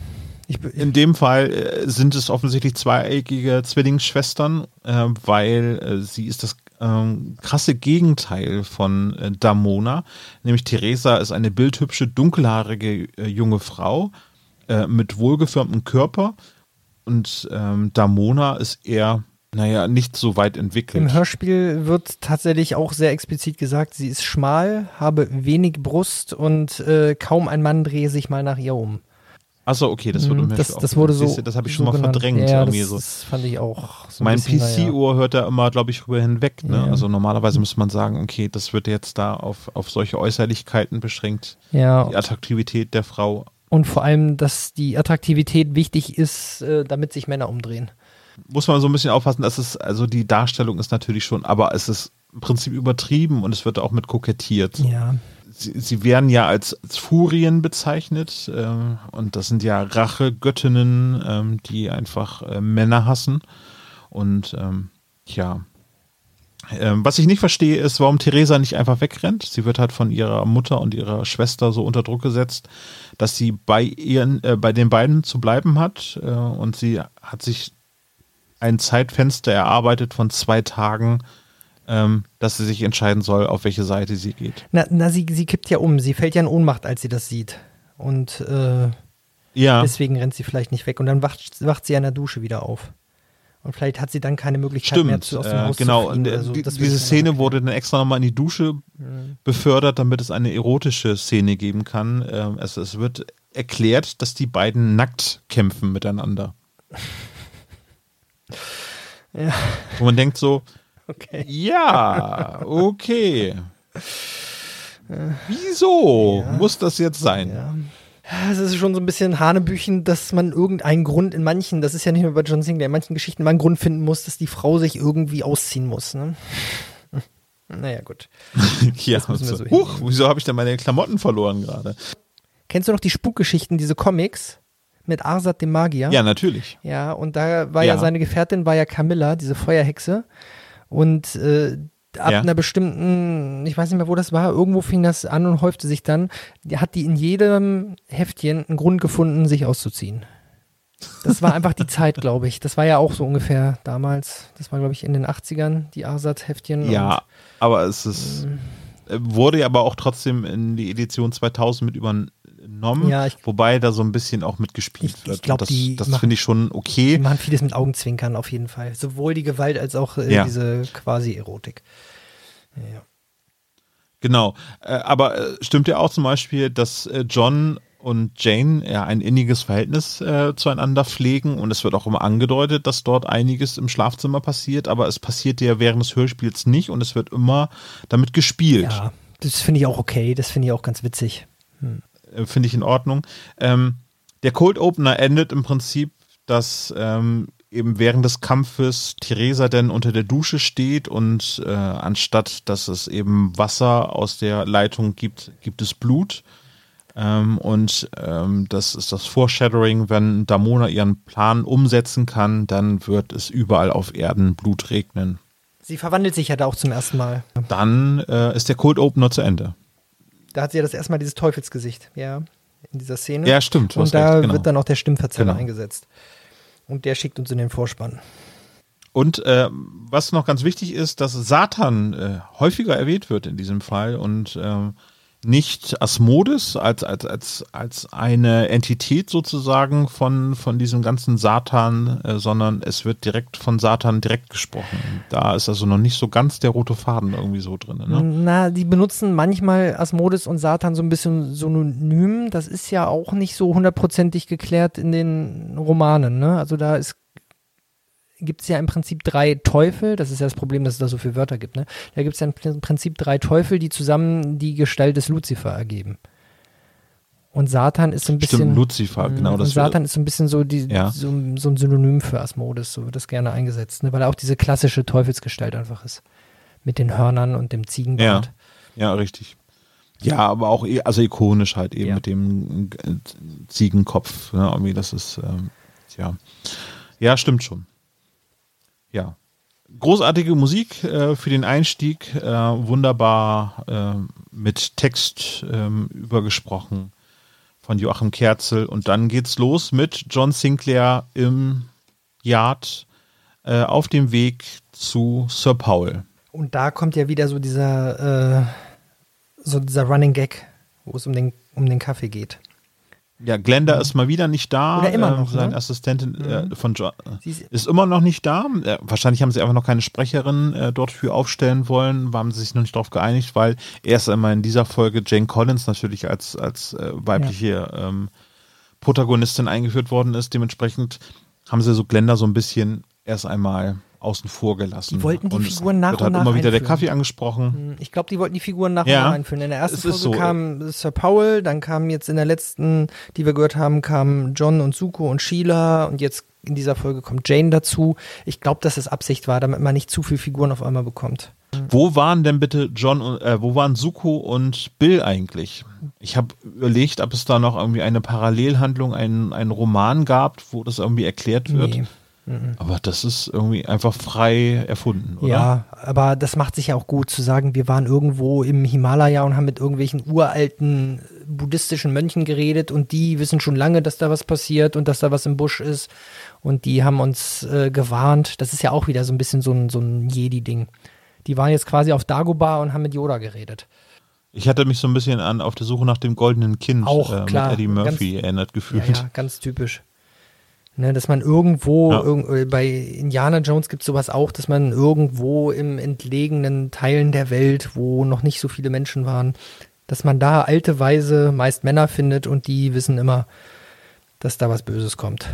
In dem Fall sind es offensichtlich zweieckige Zwillingsschwestern, weil sie ist das krasse Gegenteil von Damona. Nämlich Theresa ist eine bildhübsche, dunkelhaarige junge Frau mit wohlgeformtem Körper und Damona ist eher, nicht so weit entwickelt. Im Hörspiel wird tatsächlich auch sehr explizit gesagt, sie ist schmal, habe wenig Brust und kaum ein Mann drehe sich mal nach ihr um. Achso, okay, das wird im Hörspiel das wurde so. Das habe ich so schon mal genannt. verdrängt. Ja, das fand ich auch so. Mein PC-Ohr hört da immer, glaube ich, rüber hinweg. Ne? Ja. Also normalerweise müsste man sagen, okay, das wird jetzt da auf solche Äußerlichkeiten beschränkt. Ja. Die Attraktivität der Frau. Und vor allem, dass die Attraktivität wichtig ist, damit sich Männer umdrehen. Muss man so ein bisschen aufpassen, also die Darstellung ist natürlich schon, aber es ist im Prinzip übertrieben und es wird auch mit kokettiert. Ja. Sie werden ja als Furien bezeichnet und das sind ja Rachegöttinnen, die einfach Männer hassen und Was ich nicht verstehe, ist, warum Theresa nicht einfach wegrennt. Sie wird halt von ihrer Mutter und ihrer Schwester so unter Druck gesetzt, dass sie bei den beiden zu bleiben hat. Und sie hat sich ein Zeitfenster erarbeitet von 2 Tagen, dass sie sich entscheiden soll, auf welche Seite sie geht. Sie kippt ja um. Sie fällt ja in Ohnmacht, als sie das sieht. Und deswegen rennt sie vielleicht nicht weg. Und dann wacht sie an der Dusche wieder auf. Und vielleicht hat sie dann keine Möglichkeit mehr, aus dem Haus zu fliehen. Oder so. Diese Szene wurde dann extra nochmal in die Dusche befördert, damit es eine erotische Szene geben kann. Es wird erklärt, dass die beiden nackt kämpfen miteinander. Ja. Wo man denkt so, okay. Ja, okay. Wieso muss das jetzt sein? Ja. Es ist schon so ein bisschen Hanebüchen, dass man irgendeinen Grund in manchen, das ist ja nicht nur bei John Sinclair, in manchen Geschichten mal einen Grund finden muss, dass die Frau sich irgendwie ausziehen muss. Ne? Naja, gut. Ja, so. Wieso habe ich denn meine Klamotten verloren gerade? Kennst du noch die Spukgeschichten, diese Comics mit Arsat dem Magier? Ja, natürlich. Ja, und da war ja seine Gefährtin, war ja Camilla, diese Feuerhexe. Und ab einer bestimmten, ich weiß nicht mehr, wo das war, irgendwo fing das an und häufte sich dann, hat die in jedem Heftchen einen Grund gefunden, sich auszuziehen. Das war einfach die Zeit, glaube ich. Das war ja auch so ungefähr damals. Das war, glaube ich, in den 80ern, die Arsat-Heftchen. Ja, aber es ist, wurde ja aber auch trotzdem in die Edition 2000 mit übernommen, wobei da so ein bisschen auch mitgespielt wird. Ich glaube, das finde ich schon okay. Die machen vieles mit Augenzwinkern auf jeden Fall. Sowohl die Gewalt als auch diese quasi Erotik. Ja. Genau, aber stimmt ja auch zum Beispiel, dass John und Jane ein inniges Verhältnis zueinander pflegen und es wird auch immer angedeutet, dass dort einiges im Schlafzimmer passiert, aber es passiert ja während des Hörspiels nicht und es wird immer damit gespielt. Ja, das finde ich auch okay, das finde ich auch ganz witzig. Finde ich in Ordnung. Der Cold Opener endet im Prinzip, dass eben während des Kampfes Theresa dann unter der Dusche steht und anstatt, dass es eben Wasser aus der Leitung gibt, gibt es Blut. Das ist das Foreshadowing, wenn Damona ihren Plan umsetzen kann, dann wird es überall auf Erden Blut regnen. Sie verwandelt sich ja da auch zum ersten Mal. Dann ist der Cold Opener zu Ende. Da hat sie ja das erste Mal dieses Teufelsgesicht, in dieser Szene. Ja, stimmt. Und da wird dann auch der Stimmverzerrer eingesetzt. Und der schickt uns in den Vorspann. Und was noch ganz wichtig ist, dass Satan häufiger erwähnt wird in diesem Fall und nicht Asmodes als eine Entität sozusagen von diesem ganzen Satan, sondern es wird direkt von Satan direkt gesprochen. Da ist also noch nicht so ganz der rote Faden irgendwie so drin. Ne? Na, die benutzen manchmal Asmodes und Satan so ein bisschen synonym. Das ist ja auch nicht so hundertprozentig geklärt in den Romanen. Ne? Also da gibt es ja im Prinzip 3 Teufel, das ist ja das Problem, dass es da so viele Wörter gibt, ne? Da gibt es ja im Prinzip 3 Teufel, die zusammen die Gestalt des Luzifer ergeben. Und Satan ist so ein bisschen... Stimmt, Luzifer, genau. Und Satan ist so ein bisschen so ein Synonym für Asmodes, so wird das gerne eingesetzt, ne? Weil er auch diese klassische Teufelsgestalt einfach ist. Mit den Hörnern und dem Ziegenbart. Ja, richtig. Ja, aber auch also ikonisch halt eben mit dem Ziegenkopf. Ne? Irgendwie das ist, Ja, stimmt schon. Ja, großartige Musik für den Einstieg, wunderbar mit Text übergesprochen von Joachim Kerzel und dann geht's los mit John Sinclair im Yard auf dem Weg zu Sir Paul. Und da kommt ja wieder so dieser Running Gag, wo es um den Kaffee geht. Ja, Glenda ist mal wieder nicht da. Oder immer noch, seine Assistentin von John ist immer noch nicht da. Wahrscheinlich haben sie einfach noch keine Sprecherin dort für aufstellen wollen. Haben sie sich noch nicht darauf geeinigt, weil erst einmal in dieser Folge Jane Collins natürlich als weibliche Protagonistin eingeführt worden ist. Dementsprechend haben sie so Glenda so ein bisschen erst einmal außen vor gelassen. Die wollten die Figuren nach und nach einführen. Hat immer wieder einführen. Der Kaffee angesprochen. Ich glaube, die wollten die Figuren nach und nach einführen. In der ersten Folge kam Sir Paul, dann kam jetzt in der letzten, die wir gehört haben, kamen John und Zuko und Sheila und jetzt in dieser Folge kommt Jane dazu. Ich glaube, dass es Absicht war, damit man nicht zu viele Figuren auf einmal bekommt. Wo waren denn bitte wo waren Zuko und Bill eigentlich? Ich habe überlegt, ob es da noch irgendwie eine Parallelhandlung, einen Roman gab, wo das irgendwie erklärt wird. Aber das ist irgendwie einfach frei erfunden, oder? Ja, aber das macht sich ja auch gut zu sagen, wir waren irgendwo im Himalaya und haben mit irgendwelchen uralten buddhistischen Mönchen geredet und die wissen schon lange, dass da was passiert und dass da was im Busch ist und die haben uns gewarnt. Das ist ja auch wieder so ein bisschen so ein Jedi-Ding. Die waren jetzt quasi auf Dagobah und haben mit Yoda geredet. Ich hatte mich so ein bisschen an Auf der Suche nach dem goldenen Kind auch, klar, mit Eddie Murphy erinnert gefühlt. Ja, ganz typisch. Ne, dass man irgendwo, bei Indiana Jones gibt es sowas auch, dass man irgendwo im entlegenen Teilen der Welt, wo noch nicht so viele Menschen waren, dass man da alte, weise, meist Männer findet und die wissen immer, dass da was Böses kommt.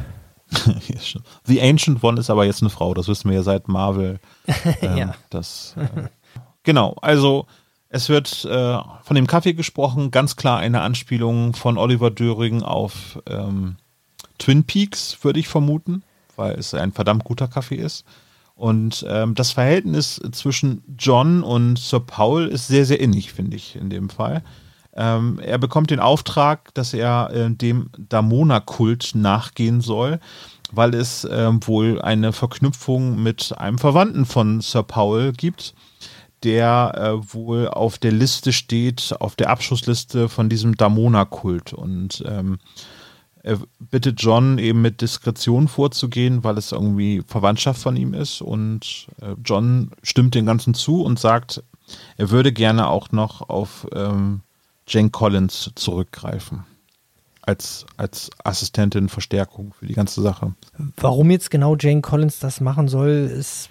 The Ancient One ist aber jetzt eine Frau, das wissen wir ja seit Marvel. Ja. Genau, also es wird von dem Kaffee gesprochen, ganz klar eine Anspielung von Oliver Döring auf Twin Peaks, würde ich vermuten, weil es ein verdammt guter Kaffee ist. Und das Verhältnis zwischen John und Sir Paul ist sehr, sehr innig, finde ich, in dem Fall. Er bekommt den Auftrag, dass er dem Damona-Kult nachgehen soll, weil es wohl eine Verknüpfung mit einem Verwandten von Sir Paul gibt, der wohl auf der Liste steht, auf der Abschussliste von diesem Damona-Kult. Und er bittet John eben mit Diskretion vorzugehen, weil es irgendwie Verwandtschaft von ihm ist. Und John stimmt dem Ganzen zu und sagt, er würde gerne auch noch auf Jane Collins zurückgreifen. Als Assistentin, Verstärkung für die ganze Sache. Warum jetzt genau Jane Collins das machen soll,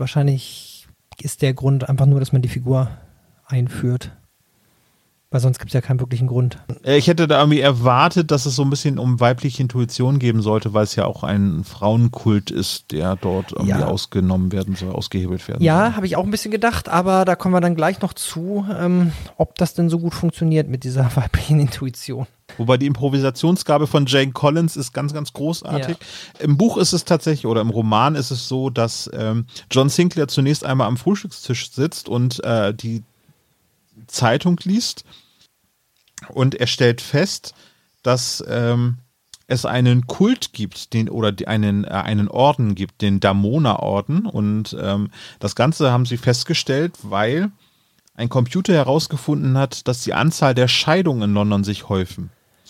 ist der Grund einfach nur, dass man die Figur einführt. Weil sonst gibt es ja keinen wirklichen Grund. Ich hätte da irgendwie erwartet, dass es so ein bisschen um weibliche Intuition geben sollte, weil es ja auch ein Frauenkult ist, der dort irgendwie ausgenommen werden soll, ausgehebelt werden soll. Ja, habe ich auch ein bisschen gedacht, aber da kommen wir dann gleich noch zu, ob das denn so gut funktioniert mit dieser weiblichen Intuition. Wobei die Improvisationsgabe von Jane Collins ist ganz, ganz großartig. Ja. Im Buch ist es tatsächlich, oder im Roman ist es so, dass John Sinclair zunächst einmal am Frühstückstisch sitzt und die Zeitung liest und er stellt fest, dass es einen Kult gibt, einen Orden gibt, den Damona-Orden, und das Ganze haben sie festgestellt, weil ein Computer herausgefunden hat, dass die Anzahl der Scheidungen in London sich häufen.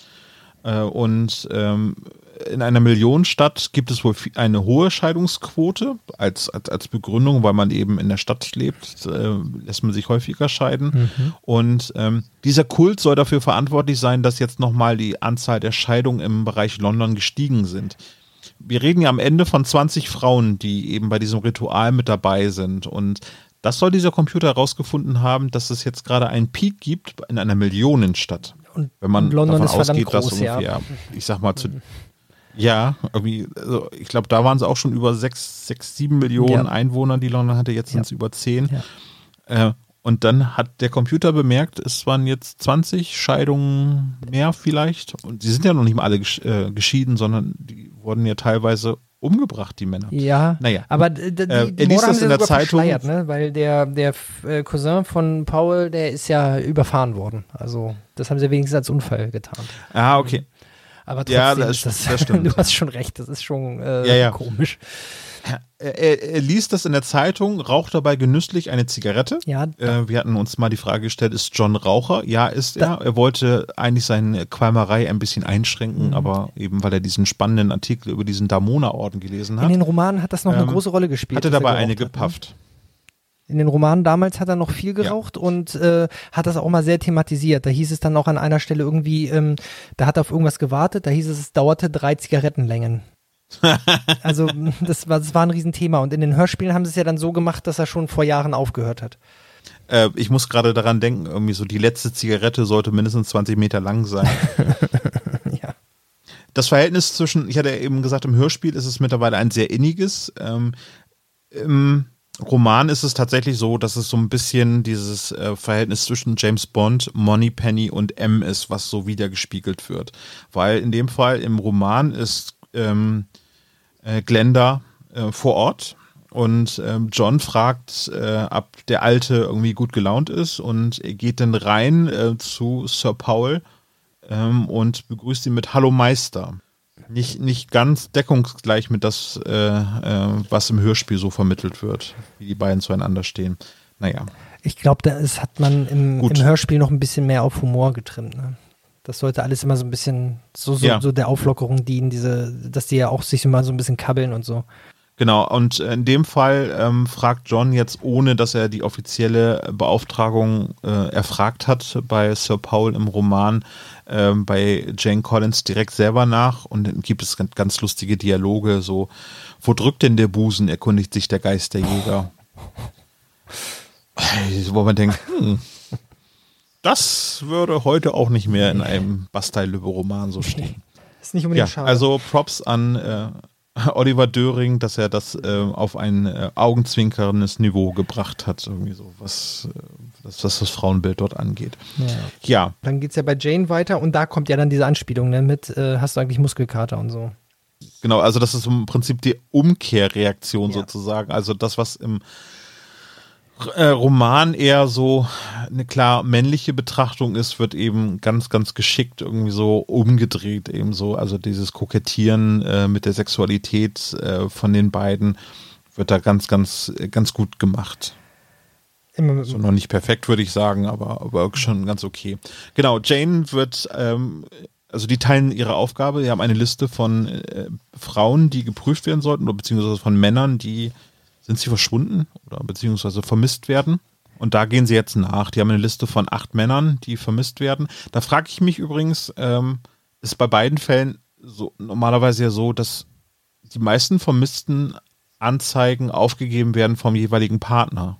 Und in einer Millionenstadt gibt es wohl eine hohe Scheidungsquote als Begründung, weil man eben in der Stadt lebt, lässt man sich häufiger scheiden. Mhm. Und dieser Kult soll dafür verantwortlich sein, dass jetzt nochmal die Anzahl der Scheidungen im Bereich London gestiegen sind. Wir reden ja am Ende von 20 Frauen, die eben bei diesem Ritual mit dabei sind. Und das soll dieser Computer herausgefunden haben, dass es jetzt gerade einen Peak gibt in einer Millionenstadt. Und wenn man London davon ist ausgeht, groß, dass ungefähr, ich sag mal, irgendwie, also ich glaube, da waren es auch schon über 7 Millionen Einwohner, die London hatte, jetzt sind es über 10. Ja. Und dann hat der Computer bemerkt, es waren jetzt 20 Scheidungen mehr vielleicht. Und sie sind ja noch nicht mal alle geschieden, sondern die wurden ja teilweise umgebracht, die Männer. Ja, naja. Aber die liest das in der Zeitung, ne? Weil der Cousin von Paul, der ist ja überfahren worden. Also das haben sie wenigstens als Unfall getan. Ah, okay. Aber trotzdem ja, das stimmt. Du hast schon recht, das ist schon komisch. Er liest das in der Zeitung, raucht dabei genüsslich eine Zigarette. Ja. Wir hatten uns mal die Frage gestellt, ist John Raucher? Ja, ist er. Er wollte eigentlich seine Qualmerei ein bisschen einschränken, aber eben, weil er diesen spannenden Artikel über diesen Damona-Orden gelesen hat. In den Romanen hat das noch eine große Rolle gespielt. Hatte dabei eine gepafft. In den Romanen damals hat er noch viel geraucht und hat das auch mal sehr thematisiert. Da hieß es dann auch an einer Stelle irgendwie, da hat er auf irgendwas gewartet, da hieß es dauerte 3 Zigarettenlängen. Also das war ein Riesenthema. Und in den Hörspielen haben sie es ja dann so gemacht, dass er schon vor Jahren aufgehört hat. Ich muss gerade daran denken, irgendwie so die letzte Zigarette sollte mindestens 20 Meter lang sein. Ja. Das Verhältnis zwischen, ich hatte ja eben gesagt, im Hörspiel ist es mittlerweile ein sehr inniges. Im Roman ist es tatsächlich so, dass es so ein bisschen dieses Verhältnis zwischen James Bond, Moneypenny und M ist, was so wiedergespiegelt wird. Weil in dem Fall im Roman ist Glenda vor Ort und John fragt, ob der Alte irgendwie gut gelaunt ist, und er geht dann rein zu Sir Paul und begrüßt ihn mit Hallo Meister. nicht ganz deckungsgleich mit das, was im Hörspiel so vermittelt wird, wie die beiden zueinander stehen. Naja. Ich glaube, da hat man im Hörspiel noch ein bisschen mehr auf Humor getrimmt. Ne? Das sollte alles immer so ein bisschen so der Auflockerung dienen, dass die ja auch sich immer so ein bisschen kabbeln und so. Genau, und in dem Fall fragt John jetzt, ohne dass er die offizielle Beauftragung erfragt hat bei Sir Paul im Roman, bei Jane Collins direkt selber nach, und dann gibt es ganz lustige Dialoge, so, wo drückt denn der Busen, erkundigt sich der Geisterjäger. Wo man denkt, das würde heute auch nicht mehr in einem Bastei-Lübbe-Roman so stehen. Ist nicht unbedingt schade. Also Props an Oliver Döring, dass er das auf ein augenzwinkerndes Niveau gebracht hat, irgendwie so, was das Frauenbild dort angeht. Ja. Dann geht's ja bei Jane weiter und da kommt ja dann diese Anspielung, ne, mit hast du eigentlich Muskelkater und so. Genau, also das ist im Prinzip die Umkehrreaktion sozusagen. Also das, was im Roman eher so eine klar männliche Betrachtung ist, wird eben ganz, ganz geschickt irgendwie so umgedreht eben so. Also dieses Kokettieren mit der Sexualität von den beiden wird da ganz, ganz, ganz gut gemacht. So noch nicht perfekt, würde ich sagen, aber schon ganz okay. Genau, Jane wird, also die teilen ihre Aufgabe, die haben eine Liste von Frauen, die geprüft werden sollten, oder beziehungsweise von Männern, die sind sie verschwunden oder beziehungsweise vermisst werden. Und da gehen sie jetzt nach. Die haben eine Liste von 8 Männern, die vermisst werden. Da frage ich mich übrigens, ist bei beiden Fällen so normalerweise ja so, dass die meisten vermissten Anzeigen aufgegeben werden vom jeweiligen Partner.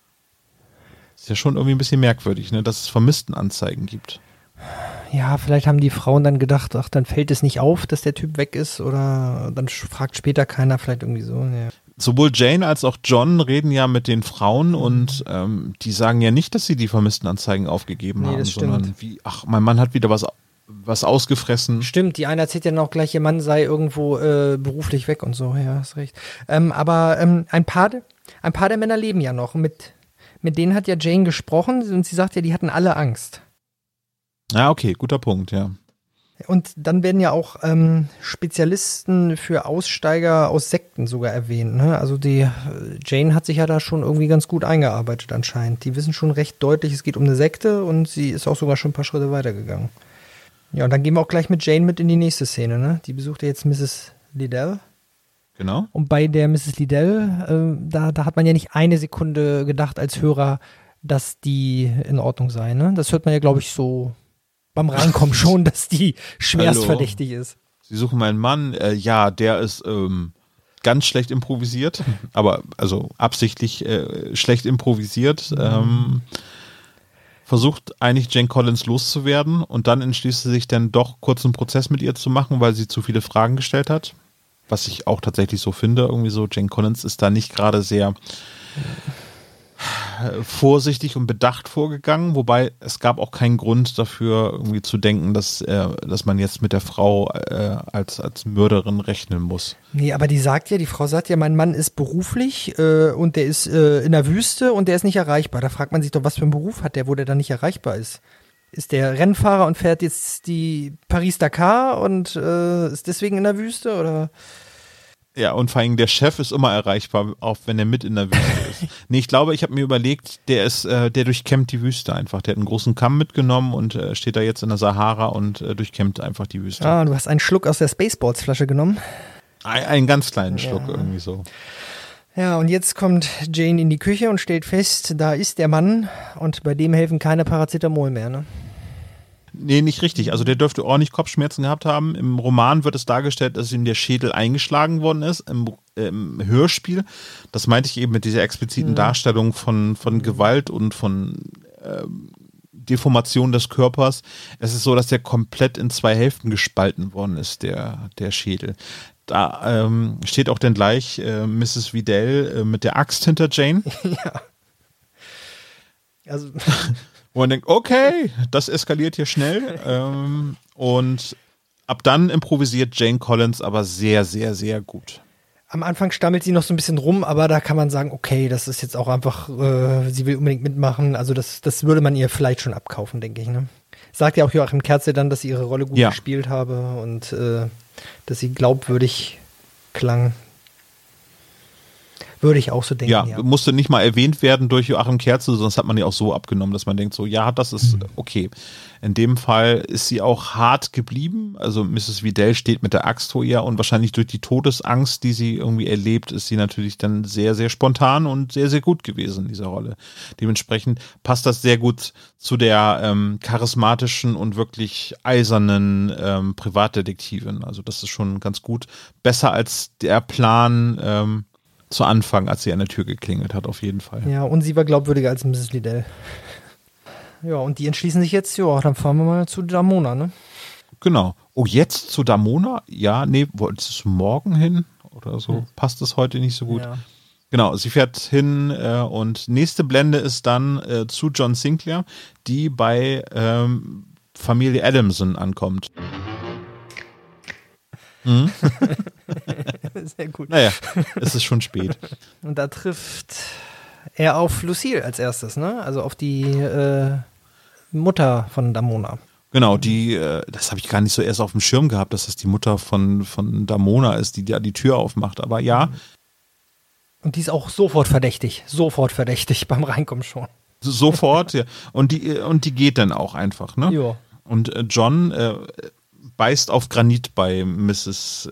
Ist ja schon irgendwie ein bisschen merkwürdig, ne, dass es Vermisstenanzeigen gibt. Ja, vielleicht haben die Frauen dann gedacht, ach, dann fällt es nicht auf, dass der Typ weg ist, oder dann fragt später keiner, vielleicht irgendwie so. Ja. Sowohl Jane als auch John reden ja mit den Frauen und die sagen ja nicht, dass sie die Vermisstenanzeigen aufgegeben haben, sondern wie, ach, mein Mann hat wieder was ausgefressen. Stimmt, die eine erzählt ja noch gleich, ihr Mann sei irgendwo beruflich weg und so, ja, hast recht. Aber ein paar der Männer leben ja noch. Mit denen hat ja Jane gesprochen und sie sagt ja, die hatten alle Angst. Ja, okay, guter Punkt, ja. Und dann werden ja auch Spezialisten für Aussteiger aus Sekten sogar erwähnt. Ne? Also die Jane hat sich ja da schon irgendwie ganz gut eingearbeitet anscheinend. Die wissen schon recht deutlich, es geht um eine Sekte und sie ist auch sogar schon ein paar Schritte weitergegangen. Ja, und dann gehen wir auch gleich mit Jane mit in die nächste Szene. Ne? Die besucht ja jetzt Mrs. Liddell. Genau. Und bei der Mrs. Liddell, da hat man ja nicht eine Sekunde gedacht als Hörer, dass die in Ordnung sei. Ne? Das hört man ja, glaube ich, so beim Reinkommen schon, dass die schwerst verdächtig ist. Sie suchen meinen Mann, ja, der ist ganz schlecht improvisiert, aber also absichtlich schlecht improvisiert, versucht eigentlich Jane Collins loszuwerden und dann entschließt sie sich dann doch kurz einen Prozess mit ihr zu machen, weil sie zu viele Fragen gestellt hat, was ich auch tatsächlich so finde, irgendwie so, Jane Collins ist da nicht gerade sehr vorsichtig und bedacht vorgegangen, wobei es gab auch keinen Grund dafür, irgendwie zu denken, dass man jetzt mit der Frau als Mörderin rechnen muss. Nee, aber die Frau sagt ja, mein Mann ist beruflich und der ist in der Wüste und der ist nicht erreichbar. Da fragt man sich doch, was für einen Beruf hat der, wo der dann nicht erreichbar ist. Ist der Rennfahrer und fährt jetzt die Paris-Dakar und ist deswegen in der Wüste, oder? Ja, und vor allem der Chef ist immer erreichbar, auch wenn er mit in der Wüste ist. Nee, ich glaube, ich habe mir überlegt, der durchkämmt die Wüste einfach. Der hat einen großen Kamm mitgenommen und steht da jetzt in der Sahara und durchkämmt einfach die Wüste. Ah, du hast einen Schluck aus der Spaceballs-Flasche genommen. Einen ganz kleinen Schluck irgendwie so. Ja, und jetzt kommt Jane in die Küche und stellt fest, da ist der Mann und bei dem helfen keine Paracetamol mehr, ne? Nee, nicht richtig. Also der dürfte ordentlich Kopfschmerzen gehabt haben. Im Roman wird es dargestellt, dass ihm der Schädel eingeschlagen worden ist. Im Hörspiel, das meinte ich eben mit dieser expliziten Darstellung von Gewalt und von Deformation des Körpers. Es ist so, dass der komplett in 2 Hälften gespalten worden ist, der Schädel. Da steht auch dann gleich Mrs. Liddell mit der Axt hinter Jane. Ja. Also... Wo man denkt, okay, das eskaliert hier schnell. Und ab dann improvisiert Jane Collins aber sehr, sehr, sehr gut. Am Anfang stammelt sie noch so ein bisschen rum, aber da kann man sagen, okay, das ist jetzt auch einfach, sie will unbedingt mitmachen. Also das würde man ihr vielleicht schon abkaufen, denke ich. Ne? Sagt ja auch Joachim Kerzel dann, dass sie ihre Rolle gut Ja. gespielt habe und dass sie glaubwürdig klang. Würde ich auch so denken, Ja, ja. musste nicht mal erwähnt werden durch Joachim Kerzel, sonst hat man ja auch so abgenommen, dass man denkt so, ja, das ist okay. In dem Fall ist sie auch hart geblieben, also Mrs. Vidal steht mit der Axt vor ihr und wahrscheinlich durch die Todesangst, die sie irgendwie erlebt, ist sie natürlich dann sehr, sehr spontan und sehr, sehr gut gewesen in dieser Rolle. Dementsprechend passt das sehr gut zu der charismatischen und wirklich eisernen Privatdetektivin. Also das ist schon ganz gut. Besser als der Plan zu Anfang, als sie an der Tür geklingelt hat, auf jeden Fall. Ja, und sie war glaubwürdiger als Mrs. Liddell. Ja, und die entschließen sich jetzt, ja, dann fahren wir mal zu Damona, ne? Genau. Oh, jetzt zu Damona? Ja, nee, wolltest du morgen hin oder so? Passt das heute nicht so gut? Ja. Genau, sie fährt hin und nächste Blende ist dann zu John Sinclair, die bei Familie Adamson ankommt. Sehr gut. Naja, es ist schon spät. Und da trifft er auf Lucille als erstes, ne? Also auf die Mutter von Damona. Genau, das habe ich gar nicht so erst auf dem Schirm gehabt, dass das die Mutter von Damona ist, die da die Tür aufmacht. Aber ja. Und die ist auch sofort verdächtig beim Reinkommen schon. Sofort, ja. Und die geht dann auch einfach, ne? Ja. Und John beißt auf Granit bei Mrs.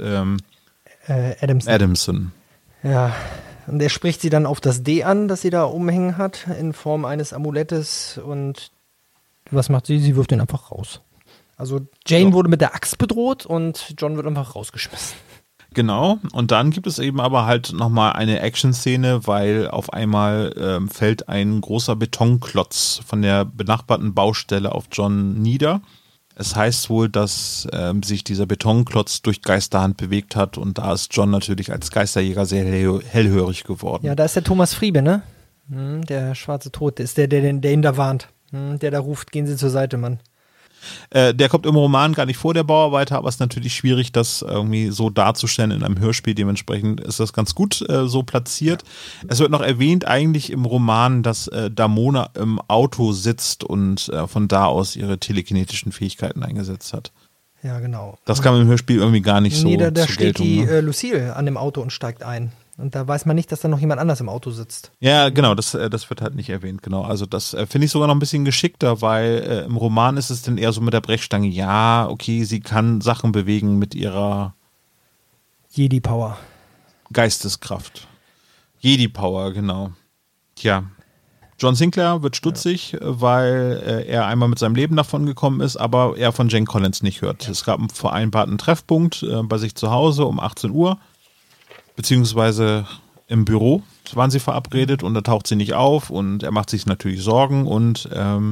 Adamson. Ja. Und er spricht sie dann auf das D an, das sie da umhängen hat, in Form eines Amulettes. Und was macht sie? Sie wirft ihn einfach raus. Also Jane wurde mit der Axt bedroht und John wird einfach rausgeschmissen. Genau, und dann gibt es eben aber halt nochmal eine Action-Szene, weil auf einmal fällt ein großer Betonklotz von der benachbarten Baustelle auf John nieder. Es heißt wohl, dass sich dieser Betonklotz durch Geisterhand bewegt hat und da ist John natürlich als Geisterjäger sehr hellhörig geworden. Ja, da ist der Thomas Friebe, ne? Der schwarze Tod, ist der ihn da warnt. Der da ruft, gehen Sie zur Seite, Mann. Der kommt im Roman gar nicht vor, der Bauarbeiter, aber es ist natürlich schwierig, das irgendwie so darzustellen in einem Hörspiel. Dementsprechend ist das ganz gut so platziert. Es wird noch erwähnt eigentlich im Roman, dass Damona im Auto sitzt und von da aus ihre telekinetischen Fähigkeiten eingesetzt hat. Ja, genau. Das kam im Hörspiel irgendwie gar nicht so da zur steht Geltung. die Ne? Lucille an dem Auto und steigt ein. Und da weiß man nicht, dass da noch jemand anders im Auto sitzt. Ja, genau, das wird halt nicht erwähnt, genau. Also das finde ich sogar noch ein bisschen geschickter, weil im Roman ist es dann eher so mit der Brechstange, ja, okay, sie kann Sachen bewegen mit ihrer Jedi-Power. Geisteskraft. Jedi-Power, genau. Tja, John Sinclair wird stutzig, weil er einmal mit seinem Leben davon gekommen ist, aber er von Jane Collins nicht hört. Ja. Es gab einen vereinbarten Treffpunkt bei sich zu Hause um 18 Uhr. Beziehungsweise im Büro waren sie verabredet und da taucht sie nicht auf und er macht sich natürlich Sorgen und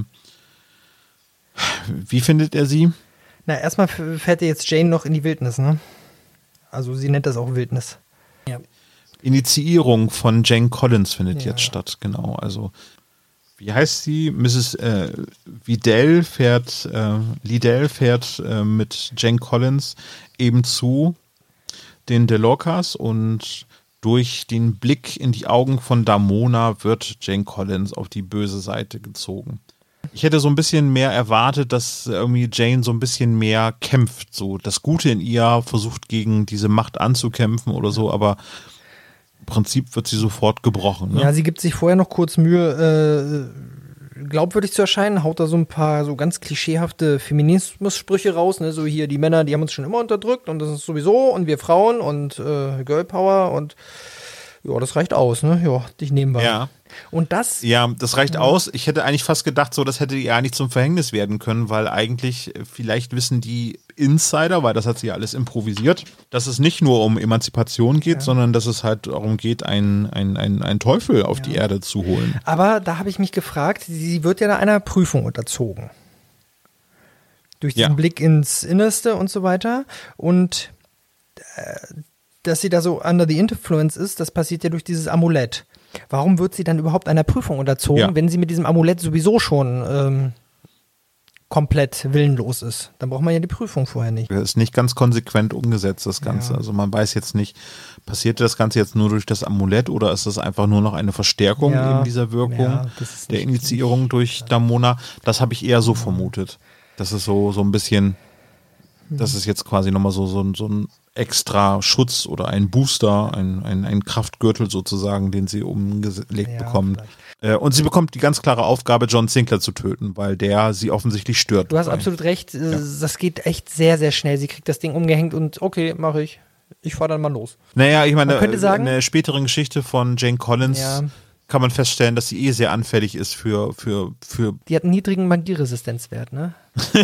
wie findet er sie? Na, erstmal fährt er jetzt Jane noch in die Wildnis, ne? Also sie nennt das auch Wildnis. Ja. Initiierung von Jane Collins findet jetzt statt, genau. Also wie heißt sie? Mrs. Liddell fährt mit Jane Collins eben zu den DeLorcas und durch den Blick in die Augen von Damona wird Jane Collins auf die böse Seite gezogen. Ich hätte so ein bisschen mehr erwartet, dass irgendwie Jane so ein bisschen mehr kämpft, so das Gute in ihr versucht gegen diese Macht anzukämpfen oder so, aber im Prinzip wird sie sofort gebrochen. Ne? Ja, sie gibt sich vorher noch kurz Mühe, glaubwürdig zu erscheinen, haut da so ein paar so ganz klischeehafte Feminismus-Sprüche raus, ne? So hier, die Männer, die haben uns schon immer unterdrückt und das ist sowieso und wir Frauen und Girlpower und ja, das reicht aus, ne? Ja, dich nehmen wir. Ja. Und das? Ja, das reicht aus. Ich hätte eigentlich fast gedacht, so, das hätte ihr eigentlich zum Verhängnis werden können, weil eigentlich, vielleicht wissen die Insider, weil das hat sie ja alles improvisiert, dass es nicht nur um Emanzipation geht, sondern dass es halt darum geht, einen Teufel auf die Erde zu holen. Aber da habe ich mich gefragt, sie wird ja einer Prüfung unterzogen. Durch diesen Blick ins Innerste und so weiter. Und dass sie da so under the influence ist, das passiert ja durch dieses Amulett. Warum wird sie dann überhaupt einer Prüfung unterzogen, wenn sie mit diesem Amulett sowieso schon komplett willenlos ist? Dann braucht man ja die Prüfung vorher nicht. Das ist nicht ganz konsequent umgesetzt, das Ganze. Ja. Also man weiß jetzt nicht, passiert das Ganze jetzt nur durch das Amulett oder ist das einfach nur noch eine Verstärkung eben dieser Wirkung der Initiierung durch Damona? Das habe ich eher so vermutet. Das ist so ein bisschen, das ist jetzt quasi nochmal so ein extra Schutz oder ein Booster, ein Kraftgürtel sozusagen, den sie umgelegt bekommt. Und sie bekommt die ganz klare Aufgabe, John Sinclair zu töten, weil der sie offensichtlich stört. Du hast absolut recht, das geht echt sehr, sehr schnell. Sie kriegt das Ding umgehängt und okay, mache ich. Ich fahre dann mal los. Naja, ich meine, man könnte sagen, in der späteren Geschichte von Jane Collins kann man feststellen, dass sie sehr anfällig ist für Die hat einen niedrigen Magieresistenzwert, ne?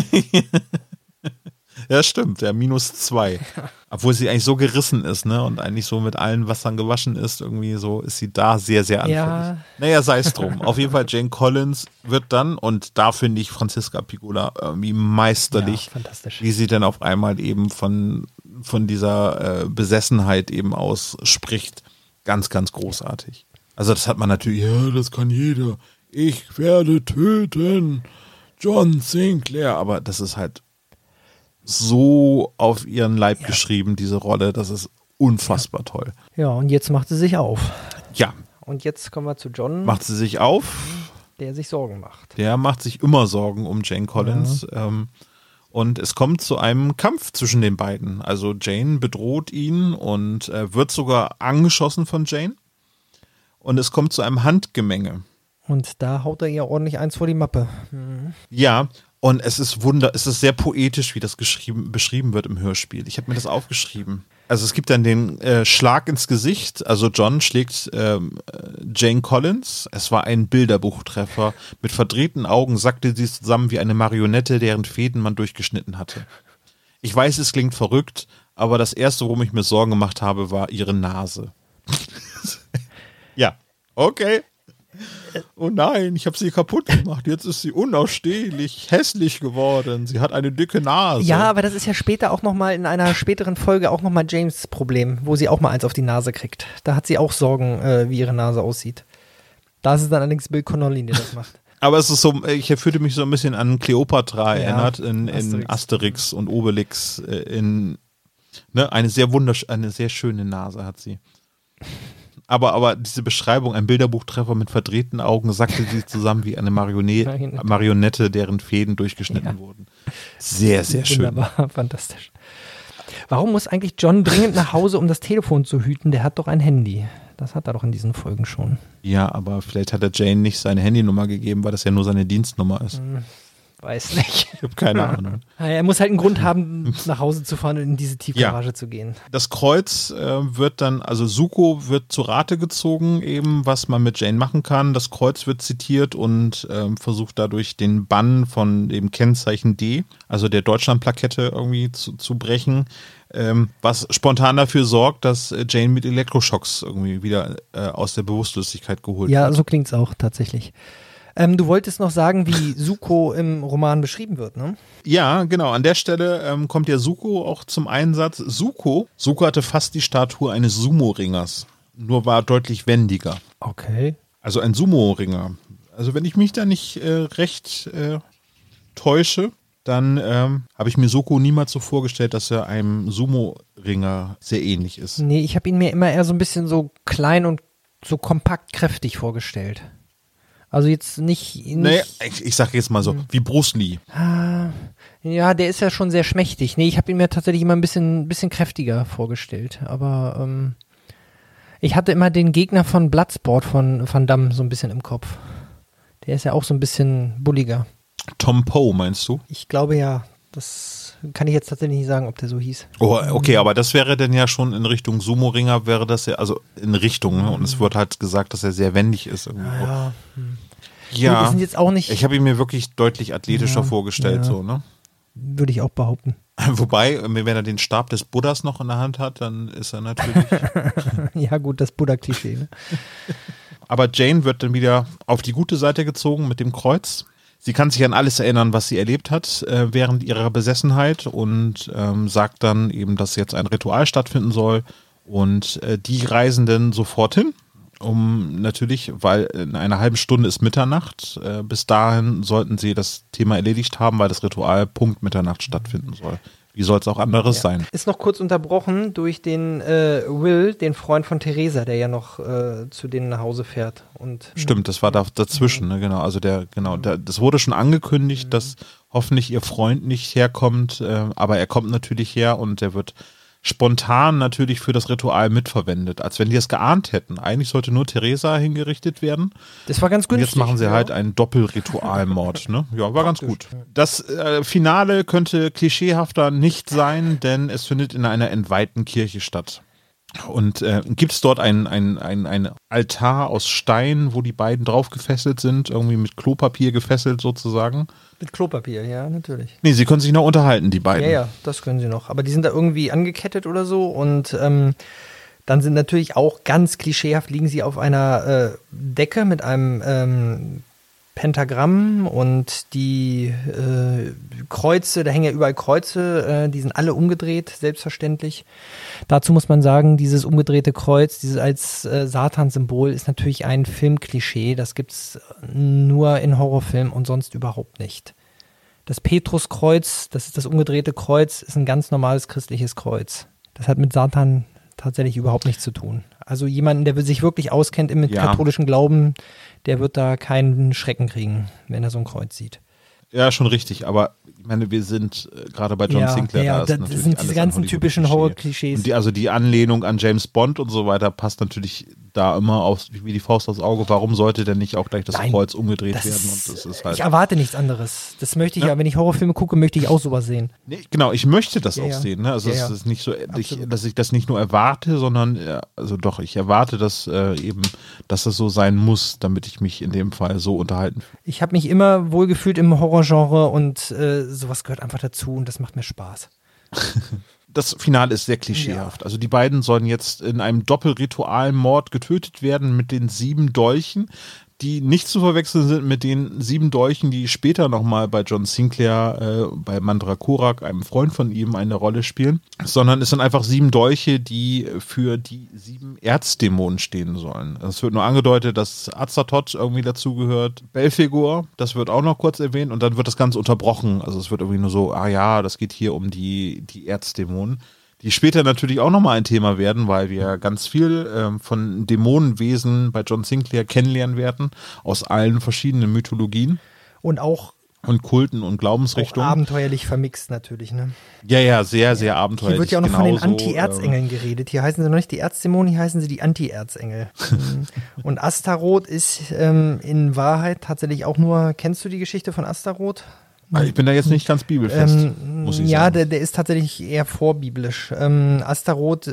Ja, stimmt, der -2. Obwohl sie eigentlich so gerissen ist, ne? Und eigentlich so mit allen Wassern gewaschen ist, irgendwie so ist sie da sehr, sehr anfällig. Ja. Naja, sei es drum. Auf jeden Fall, Jane Collins wird dann, und da finde ich Franziska Pigula irgendwie meisterlich, fantastisch. wie sie dann auf einmal eben von dieser Besessenheit eben aus spricht. Ganz, ganz großartig. Also das hat man natürlich, ja, das kann jeder. Ich werde töten John Sinclair. Aber das ist halt so auf ihren Leib geschrieben, diese Rolle. Das ist unfassbar toll. Ja, und jetzt macht sie sich auf. Ja. Und jetzt kommen wir zu John. Macht sie sich auf. Der sich Sorgen macht. Der macht sich immer Sorgen um Jane Collins. Ja. Und es kommt zu einem Kampf zwischen den beiden. Also Jane bedroht ihn und wird sogar angeschossen von Jane. Und es kommt zu einem Handgemenge. Und da haut er ihr ordentlich eins vor die Mappe. Ja, und es ist sehr poetisch, wie das beschrieben wird im Hörspiel. Ich habe mir das aufgeschrieben. Also es gibt dann den Schlag ins Gesicht. Also John schlägt Jane Collins. Es war ein Bilderbuchtreffer. Mit verdrehten Augen sackte sie zusammen wie eine Marionette, deren Fäden man durchgeschnitten hatte. Ich weiß, es klingt verrückt, aber das Erste, worum ich mir Sorgen gemacht habe, war ihre Nase. Ja, okay. Oh nein, ich habe sie kaputt gemacht. Jetzt ist sie unausstehlich, hässlich geworden. Sie hat eine dicke Nase. Ja, aber das ist ja später auch nochmal in einer späteren Folge auch nochmal James' Problem, wo sie auch mal eins auf die Nase kriegt. Da hat sie auch Sorgen, wie ihre Nase aussieht. Da ist es dann allerdings Bill Connolly, der das macht. Aber es ist so, ich fühlte mich so ein bisschen an Kleopatra erinnert in Asterix und Obelix. Eine sehr schöne Nase hat sie. Aber diese Beschreibung, ein Bilderbuchtreffer mit verdrehten Augen, sackte sie zusammen wie eine Marionette, deren Fäden durchgeschnitten wurden. Sehr, sehr schön. Wunderbar, fantastisch. Warum muss eigentlich John dringend nach Hause, um das Telefon zu hüten? Der hat doch ein Handy. Das hat er doch in diesen Folgen schon. Ja, aber vielleicht hat er Jane nicht seine Handynummer gegeben, weil das ja nur seine Dienstnummer ist. Weiß nicht. Ich habe keine Ahnung. Er muss halt einen Grund haben, nach Hause zu fahren und in diese Tiefgarage zu gehen. Das Kreuz wird dann, also Zuko wird zu Rate gezogen, eben was man mit Jane machen kann. Das Kreuz wird zitiert und versucht dadurch den Bann von dem Kennzeichen D, also der Deutschlandplakette irgendwie zu brechen, was spontan dafür sorgt, dass Jane mit Elektroschocks irgendwie wieder aus der Bewusstlosigkeit geholt wird. Ja, so klingt's auch tatsächlich. Du wolltest noch sagen, wie Zuko im Roman beschrieben wird, ne? Ja, genau. An der Stelle kommt ja Zuko auch zum Einsatz. Zuko hatte fast die Statur eines Sumo-Ringers, nur war deutlich wendiger. Okay. Also ein Sumo-Ringer. Also wenn ich mich da nicht recht täusche, dann habe ich mir Zuko niemals so vorgestellt, dass er einem Sumo-Ringer sehr ähnlich ist. Nee, ich habe ihn mir immer eher so ein bisschen so klein und so kompakt kräftig vorgestellt. Also jetzt nicht nee, ich sage jetzt mal so, wie Bruce Lee. Ja, der ist ja schon sehr schmächtig. Nee, ich habe ihn mir tatsächlich immer ein bisschen kräftiger vorgestellt. Aber ich hatte immer den Gegner von Bloodsport von Van Damme so ein bisschen im Kopf. Der ist ja auch so ein bisschen bulliger. Tom Poe, meinst du? Ich glaube ja. Das kann ich jetzt tatsächlich nicht sagen, ob der so hieß. Oh, okay, aber das wäre dann ja schon in Richtung Sumo-Ringer, wäre das ja, also in Richtung, ne? Und es wird halt gesagt, dass er sehr wendig ist. Irgendwo. Ja. Ja, wir sind jetzt auch nicht. Ich habe ihn mir wirklich deutlich athletischer vorgestellt, so, ne? Würde ich auch behaupten. Wobei, wenn er den Stab des Buddhas noch in der Hand hat, dann ist er natürlich. Ja, gut, das Buddha-Klischee, ne? Aber Jane wird dann wieder auf die gute Seite gezogen mit dem Kreuz. Sie kann sich an alles erinnern, was sie erlebt hat während ihrer Besessenheit und sagt dann eben, dass jetzt ein Ritual stattfinden soll und die reisen dann sofort hin, weil in einer halben Stunde ist Mitternacht. Bis dahin sollten sie das Thema erledigt haben, weil das Ritual Punkt Mitternacht stattfinden soll. Wie soll es auch anderes sein? Ist noch kurz unterbrochen durch den Will, den Freund von Theresa, der ja noch zu denen nach Hause fährt. Und, Stimmt, das war da dazwischen, ne? Genau. Also das wurde schon angekündigt, dass hoffentlich ihr Freund nicht herkommt, aber er kommt natürlich her und der wird spontan natürlich für das Ritual mitverwendet, als wenn die es geahnt hätten. Eigentlich sollte nur Theresa hingerichtet werden. Das war ganz günstig. Und jetzt machen sie halt einen Doppelritualmord. Ne? Ja, war ganz gut. Das Finale könnte klischeehafter nicht sein, denn es findet in einer entweihten Kirche statt. Und gibt es dort ein Altar aus Stein, wo die beiden drauf gefesselt sind, irgendwie mit Klopapier gefesselt sozusagen? Mit Klopapier, ja, natürlich. Nee, sie können sich noch unterhalten, die beiden. Ja, das können sie noch. Aber die sind da irgendwie angekettet oder so und dann sind natürlich auch ganz klischeehaft, liegen sie auf einer Decke mit einem Pentagramm und die Kreuze, da hängen ja überall Kreuze, die sind alle umgedreht, selbstverständlich. Dazu muss man sagen, dieses umgedrehte Kreuz, dieses als Satan-Symbol, ist natürlich ein Filmklischee. Das gibt's nur in Horrorfilmen und sonst überhaupt nicht. Das Petruskreuz, das ist das umgedrehte Kreuz, ist ein ganz normales christliches Kreuz. Das hat mit Satan tatsächlich überhaupt nichts zu tun. Also jemanden, der sich wirklich auskennt mit katholischen Glauben, der wird da keinen Schrecken kriegen, wenn er so ein Kreuz sieht. Ja, schon richtig, aber ich meine, wir sind gerade bei John Sinclair. Ja, das sind diese ganzen typischen Horror-Klischees. Und die Anlehnung an James Bond und so weiter passt natürlich da immer wie die Faust aufs Auge. Warum sollte denn nicht auch gleich das Kreuz umgedreht werden? Und das ist halt, ich erwarte nichts anderes. Das möchte ich ja, wenn ich Horrorfilme gucke, möchte ich auch sowas sehen. Nee, genau, ich möchte das auch sehen. Ne? Also es ist nicht so, dass ich das nicht nur erwarte, sondern ich erwarte das eben, dass das so sein muss, damit ich mich in dem Fall so unterhalten fühle. Ich habe mich immer wohlgefühlt im Horrorgenre und sowas gehört einfach dazu und das macht mir Spaß. Das Finale ist sehr klischeehaft. Ja. Also die beiden sollen jetzt in einem Doppelritualmord getötet werden mit den 7 Dolchen, die nicht zu verwechseln sind mit den 7 Dolchen, die später nochmal bei John Sinclair, bei Mandragorak, einem Freund von ihm, eine Rolle spielen, sondern es sind einfach 7 Dolche, die für die 7 Erzdämonen stehen sollen. Es wird nur angedeutet, dass Azathoth irgendwie dazugehört, Belphegor, das wird auch noch kurz erwähnt und dann wird das Ganze unterbrochen. Also es wird irgendwie nur so, das geht hier um die Erzdämonen, die später natürlich auch nochmal ein Thema werden, weil wir ganz viel von Dämonenwesen bei John Sinclair kennenlernen werden, aus allen verschiedenen Mythologien. Und Kulten und Glaubensrichtungen. Auch abenteuerlich vermixt natürlich, ne? Ja, sehr, sehr abenteuerlich. Hier wird ja auch noch von den Anti-Erzengeln geredet. Hier heißen sie noch nicht die Erzdämonen, hier heißen sie die Anti-Erzengel. Und Astaroth ist in Wahrheit tatsächlich auch nur, kennst du die Geschichte von Astaroth? Ich bin da jetzt nicht ganz bibelfest, muss ich sagen. Ja, der ist tatsächlich eher vorbiblisch. Astaroth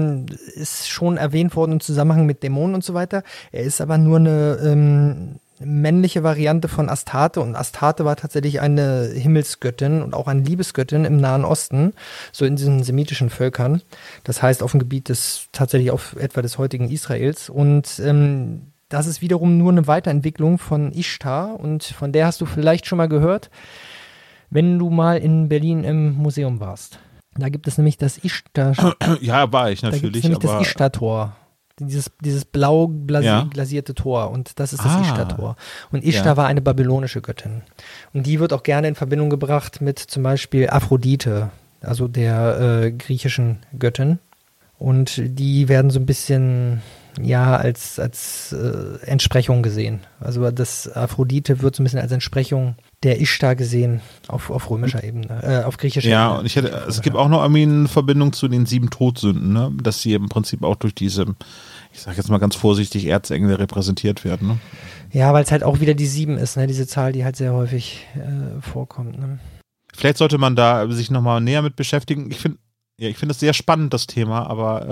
ist schon erwähnt worden im Zusammenhang mit Dämonen und so weiter. Er ist aber nur eine männliche Variante von Astarte und Astarte war tatsächlich eine Himmelsgöttin und auch eine Liebesgöttin im Nahen Osten, so in diesen semitischen Völkern. Das heißt auf dem Gebiet tatsächlich auf etwa des heutigen Israels und das ist wiederum nur eine Weiterentwicklung von Ishtar und von der hast du vielleicht schon mal gehört, wenn du mal in Berlin im Museum warst. Da gibt es nämlich das Ishtar. Ja, war ich natürlich. Da gibt es nämlich das Ishtar-Tor. Dieses blau glasierte Tor. Und das ist das Ishtar-Tor. Und Ishtar war eine babylonische Göttin. Und die wird auch gerne in Verbindung gebracht mit zum Beispiel Aphrodite, also der griechischen Göttin. Und die werden so ein bisschen als Entsprechung gesehen. Also das Aphrodite wird so ein bisschen als Entsprechung der Ishtar gesehen auf römischer Ebene, auf griechischer Ebene. Ja, und es gibt auch noch irgendwie eine Verbindung zu den 7 Todsünden, ne? Dass sie im Prinzip auch durch diese, ich sage jetzt mal ganz vorsichtig, Erzengel repräsentiert werden. Ne? Ja, weil es halt auch wieder die 7 ist, ne? Diese Zahl, die halt sehr häufig vorkommt. Ne? Vielleicht sollte man da sich nochmal näher mit beschäftigen. Ich finde das sehr spannend, das Thema,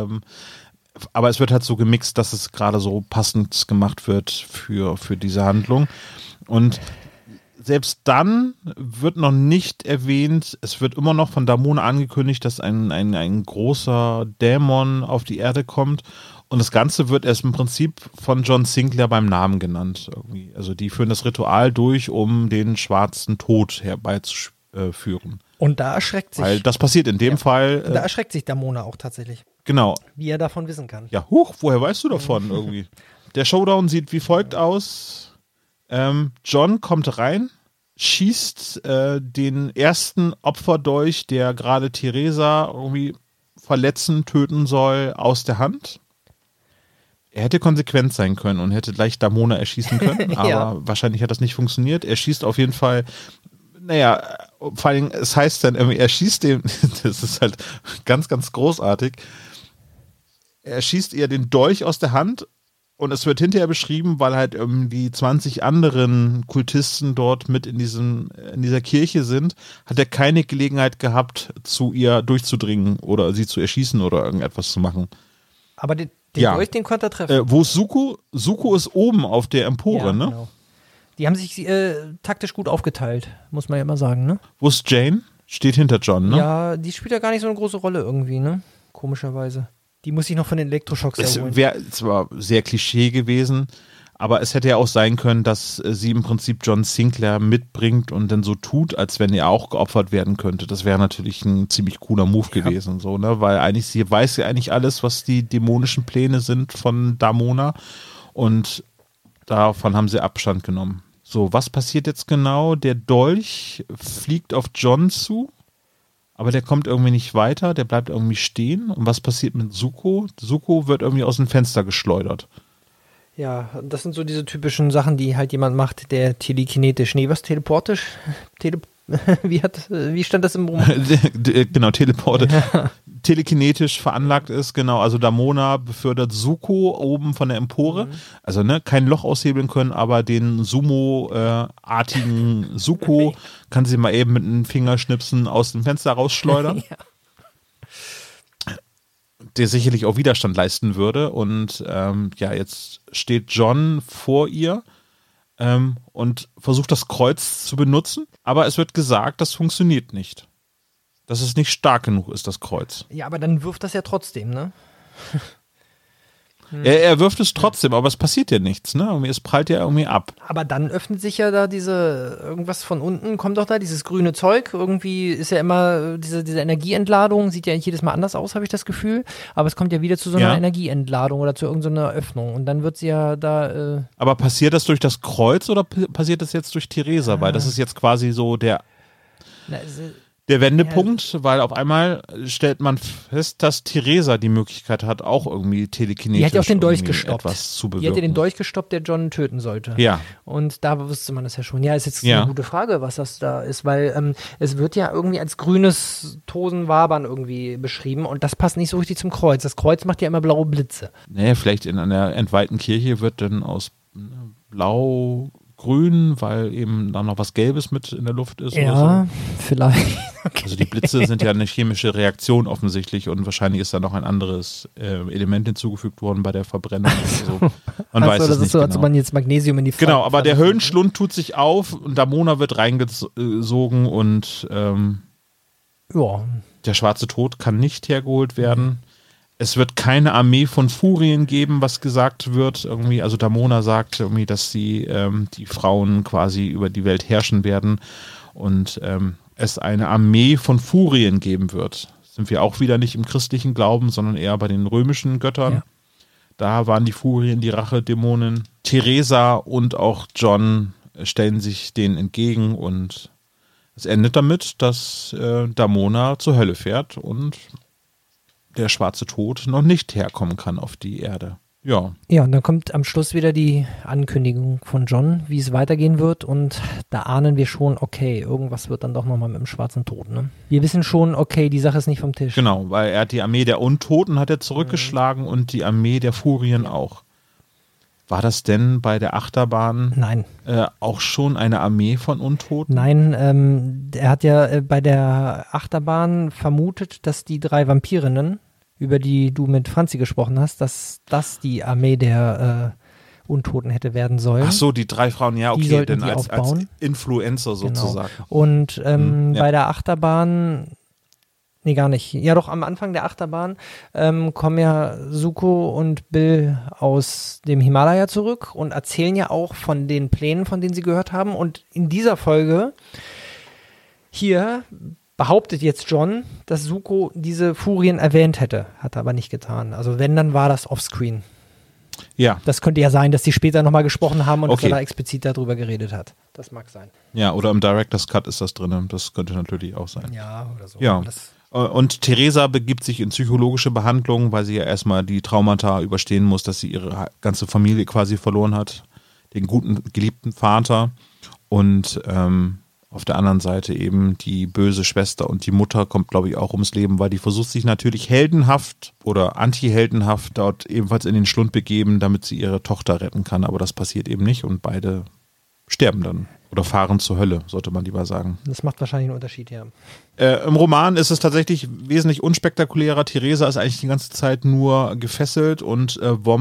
aber es wird halt so gemixt, dass es gerade so passend gemacht wird für diese Handlung. Und selbst dann wird noch nicht erwähnt, es wird immer noch von Damona angekündigt, dass ein großer Dämon auf die Erde kommt. Und das Ganze wird erst im Prinzip von John Sinclair beim Namen genannt. Irgendwie. Also die führen das Ritual durch, um den schwarzen Tod herbeizuführen. Und da erschreckt sich. Weil das passiert in dem Fall. Da erschreckt sich Damona auch tatsächlich. Genau. Wie er davon wissen kann. Ja, woher weißt du davon irgendwie? Der Showdown sieht wie folgt aus. John kommt rein schießt den ersten Opferdolch, der gerade Theresa irgendwie verletzen, töten soll, aus der Hand. Er hätte konsequent sein können und hätte gleich Damona erschießen können, aber wahrscheinlich hat das nicht funktioniert. Er schießt auf jeden Fall, vor allem, es heißt dann irgendwie, er schießt dem, das ist halt ganz, ganz großartig, er schießt ihr den Dolch aus der Hand und es wird hinterher beschrieben, weil halt die 20 anderen Kultisten dort mit in dieser Kirche sind, hat er keine Gelegenheit gehabt, zu ihr durchzudringen oder sie zu erschießen oder irgendetwas zu machen. Aber den Dolch, den konnte er treffen. Wo ist Zuko? Zuko ist oben auf der Empore, ne? Genau. Die haben sich taktisch gut aufgeteilt, muss man ja immer sagen, ne? Wo ist Jane? Steht hinter John, ne? Ja, die spielt ja gar nicht so eine große Rolle irgendwie, ne? Komischerweise. Die muss sich noch von den Elektroschocks erholen. Es wäre zwar sehr Klischee gewesen, aber es hätte ja auch sein können, dass sie im Prinzip John Sinclair mitbringt und dann so tut, als wenn er auch geopfert werden könnte. Das wäre natürlich ein ziemlich cooler Move gewesen, so, ne? Weil eigentlich, sie weiß ja eigentlich alles, was die dämonischen Pläne sind von Damona und davon haben sie Abstand genommen. So, was passiert jetzt genau? Der Dolch fliegt auf John zu. Aber der kommt irgendwie nicht weiter, der bleibt irgendwie stehen. Und was passiert mit Zuko? Zuko wird irgendwie aus dem Fenster geschleudert. Ja, das sind so diese typischen Sachen, die halt jemand macht, der telekinetisch, teleportisch? Wie stand das im Roman? Genau, telekinetisch veranlagt ist, genau. Also Damona befördert Zuko oben von der Empore. Also kein Loch aushebeln können, aber den Sumo-artigen Zuko kann sie mal eben mit einem Fingerschnipsen aus dem Fenster rausschleudern. Ja. Der sicherlich auch Widerstand leisten würde. Und jetzt steht John vor ihr und versucht das Kreuz zu benutzen, aber es wird gesagt, das funktioniert nicht. Dass es nicht stark genug ist, das Kreuz. Ja, aber dann wirft das ja trotzdem, ne? Er wirft es trotzdem, aber es passiert ja nichts, ne? Es prallt ja irgendwie ab. Aber dann öffnet sich ja da irgendwas von unten, kommt doch da, dieses grüne Zeug. Irgendwie ist ja immer diese Energieentladung, sieht ja jedes Mal anders aus, habe ich das Gefühl. Aber es kommt ja wieder zu so einer Energieentladung oder zu irgendeiner Öffnung. Und dann wird sie ja da. Aber passiert das durch das Kreuz oder passiert das jetzt durch Theresa? Weil das ist jetzt quasi so der Wendepunkt, weil auf einmal stellt man fest, dass Theresa die Möglichkeit hat, auch irgendwie telekinetisch die hat ja auch den Dolch gestoppt. Etwas zu bewirken. Die hat ja den Dolch gestoppt, der John töten sollte. Ja. Und da wusste man das ja schon. Ja, ist jetzt eine gute Frage, was das da ist, weil es wird ja irgendwie als grünes Tosenwabern irgendwie beschrieben und das passt nicht so richtig zum Kreuz. Das Kreuz macht ja immer blaue Blitze. Nee, vielleicht in einer entweihten Kirche wird dann aus blau grün, weil eben da noch was Gelbes mit in der Luft ist. Ja, oder so. Vielleicht. Okay. Also die Blitze sind ja eine chemische Reaktion offensichtlich und wahrscheinlich ist da noch ein anderes Element hinzugefügt worden bei der Verbrennung. Also, man weiß es nicht. Das ist so, als ob man jetzt Magnesium in die Genau, aber der Höllenschlund tut sich auf und Damona wird reingesogen und der schwarze Tod kann nicht hergeholt werden. Es wird keine Armee von Furien geben, was gesagt wird. Irgendwie, also Damona sagt irgendwie, dass sie die Frauen quasi über die Welt herrschen werden und es eine Armee von Furien geben wird. Sind wir auch wieder nicht im christlichen Glauben, sondern eher bei den römischen Göttern. Ja. Da waren die Furien die Rachedämonen. Theresa und auch John stellen sich denen entgegen und es endet damit, dass Damona zur Hölle fährt und der schwarze Tod noch nicht herkommen kann auf die Erde. Ja. Ja, und dann kommt am Schluss wieder die Ankündigung von John, wie es weitergehen wird und da ahnen wir schon, okay, irgendwas wird dann doch nochmal mit dem schwarzen Tod, ne? Wir wissen schon, okay, die Sache ist nicht vom Tisch. Genau, weil er hat die Armee der Untoten hat er zurückgeschlagen und die Armee der Furien auch. War das denn bei der Achterbahn Nein. Auch schon eine Armee von Untoten? Nein, er hat ja bei der Achterbahn vermutet, dass die 3 Vampirinnen, über die du mit Franzi gesprochen hast, dass das die Armee der Untoten hätte werden sollen. Ach so, die 3 Frauen, ja, okay, denn als Influencer sozusagen. Genau. Und bei der Achterbahn... Nee, gar nicht. Ja, doch, am Anfang der Achterbahn kommen ja Zuko und Bill aus dem Himalaya zurück und erzählen ja auch von den Plänen, von denen sie gehört haben. Und in dieser Folge hier behauptet jetzt John, dass Zuko diese Furien erwähnt hätte. Hat er aber nicht getan. Also wenn, dann war das offscreen. Ja. Das könnte ja sein, dass die später nochmal gesprochen haben und dass er da explizit darüber geredet hat. Das mag sein. Ja, oder im Director's Cut ist das drin. Das könnte natürlich auch sein. Ja, oder so. Ja. Und Theresa begibt sich in psychologische Behandlung, weil sie ja erstmal die Traumata überstehen muss, dass sie ihre ganze Familie quasi verloren hat. Den guten, geliebten Vater und auf der anderen Seite eben die böse Schwester und die Mutter kommt, glaube ich, auch ums Leben, weil die versucht sich natürlich heldenhaft oder anti-heldenhaft dort ebenfalls in den Schlund begeben, damit sie ihre Tochter retten kann. Aber das passiert eben nicht und beide sterben dann oder fahren zur Hölle, sollte man lieber sagen. Das macht wahrscheinlich einen Unterschied, ja. Im Roman ist es tatsächlich wesentlich unspektakulärer. Theresa ist eigentlich die ganze Zeit nur gefesselt und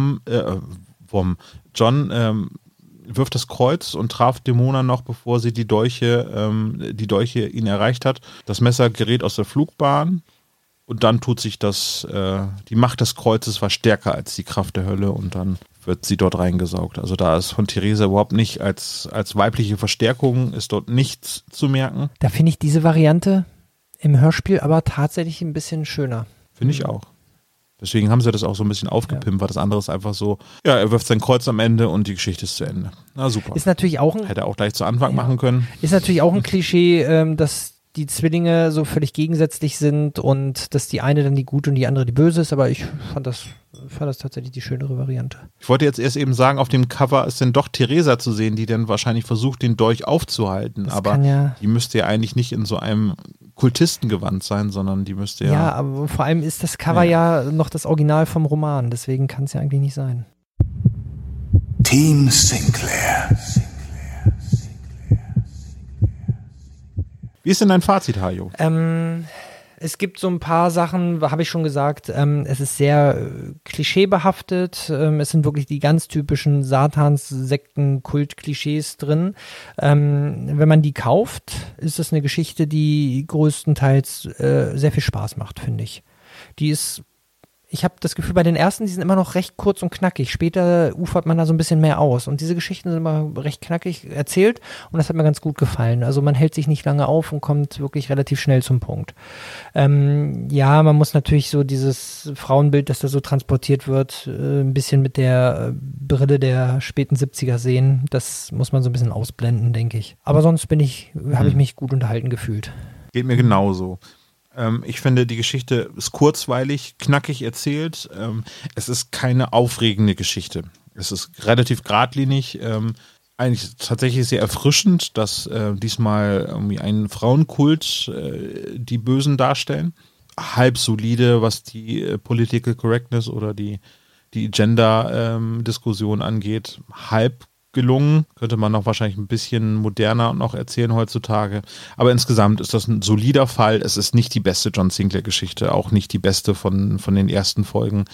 John wirft das Kreuz und traf Demona noch, bevor sie die Dolche ihn erreicht hat. Das Messer gerät aus der Flugbahn und dann tut sich die Macht des Kreuzes war stärker als die Kraft der Hölle und dann wird sie dort reingesaugt. Also da ist von Theresa überhaupt nicht als weibliche Verstärkung ist dort nichts zu merken. Da finde ich diese Variante im Hörspiel aber tatsächlich ein bisschen schöner. Finde ich auch. Deswegen haben sie das auch so ein bisschen aufgepimpt, weil das andere ist einfach so, ja, er wirft sein Kreuz am Ende und die Geschichte ist zu Ende. Na super. Ist natürlich auch hätte er auch gleich zu Anfang machen können. Ist natürlich auch ein Klischee, dass die Zwillinge so völlig gegensätzlich sind und dass die eine dann die gute und die andere die böse ist, aber ich fand das tatsächlich die schönere Variante. Ich wollte jetzt erst eben sagen, auf dem Cover ist dann doch Theresa zu sehen, die dann wahrscheinlich versucht, den Dolch aufzuhalten, aber die müsste ja eigentlich nicht in so einem Kultistengewand sein, sondern die müsste ja... Ja, aber vor allem ist das Cover ja noch das Original vom Roman, deswegen kann es ja eigentlich nicht sein. Team Sinclair. Wie ist denn dein Fazit, Hajo? Es gibt so ein paar Sachen, habe ich schon gesagt, es ist sehr klischeebehaftet, es sind wirklich die ganz typischen Satans-Sekten-Kult-Klischees drin. Wenn man die kauft, ist das eine Geschichte, die größtenteils sehr viel Spaß macht, finde ich. Ich habe das Gefühl, bei den ersten, die sind immer noch recht kurz und knackig. Später ufert man da so ein bisschen mehr aus. Und diese Geschichten sind immer recht knackig erzählt und das hat mir ganz gut gefallen. Also man hält sich nicht lange auf und kommt wirklich relativ schnell zum Punkt. Ja, man muss natürlich so dieses Frauenbild, das da so transportiert wird, ein bisschen mit der Brille der späten 70er sehen. Das muss man so ein bisschen ausblenden, denke ich. Aber sonst habe ich mich gut unterhalten gefühlt. Geht mir genauso. Ich finde, die Geschichte ist kurzweilig, knackig erzählt. Es ist keine aufregende Geschichte. Es ist relativ geradlinig. Eigentlich tatsächlich sehr erfrischend, dass diesmal irgendwie ein Frauenkult die Bösen darstellen. Halb solide, was die Political Correctness oder die Gender-Diskussion angeht. Halb gelungen, könnte man noch wahrscheinlich ein bisschen moderner noch erzählen heutzutage, aber insgesamt ist das ein solider Fall. Es ist nicht die beste John Sinclair-Geschichte, auch nicht die beste von den ersten Folgen,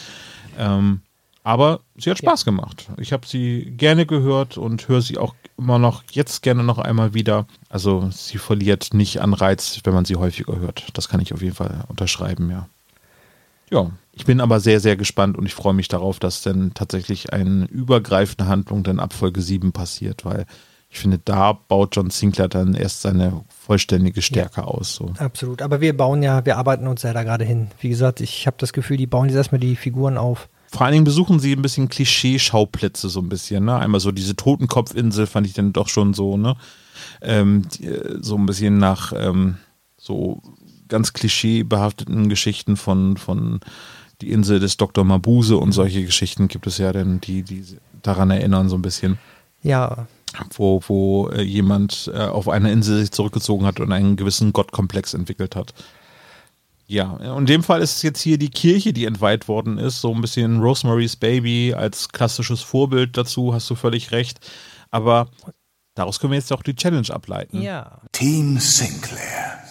aber sie hat Spaß gemacht. Ich habe sie gerne gehört und höre sie auch immer noch jetzt gerne noch einmal wieder. Also sie verliert nicht an Reiz, wenn man sie häufiger hört. Das kann ich auf jeden Fall unterschreiben, ja. Ja, ich bin aber sehr, sehr gespannt und ich freue mich darauf, dass dann tatsächlich eine übergreifende Handlung dann ab Folge 7 passiert, weil ich finde, da baut John Sinclair dann erst seine vollständige Stärke aus. So. Absolut, aber wir arbeiten uns ja da gerade hin. Wie gesagt, ich habe das Gefühl, die bauen jetzt erstmal die Figuren auf. Vor allen Dingen besuchen sie ein bisschen Klischee-Schauplätze so ein bisschen, ne? Einmal so diese Totenkopfinsel fand ich dann doch schon so, ne? So ein bisschen nach so ganz klischeebehafteten Geschichten von die Insel des Dr. Mabuse und solche Geschichten gibt es ja dann, die daran erinnern so ein bisschen. Ja. Wo jemand auf einer Insel sich zurückgezogen hat und einen gewissen Gottkomplex entwickelt hat. Ja, und in dem Fall ist es jetzt hier die Kirche, die entweiht worden ist, so ein bisschen Rosemary's Baby als klassisches Vorbild dazu, hast du völlig recht. Aber daraus können wir jetzt auch die Challenge ableiten. Ja. Team Sinclair.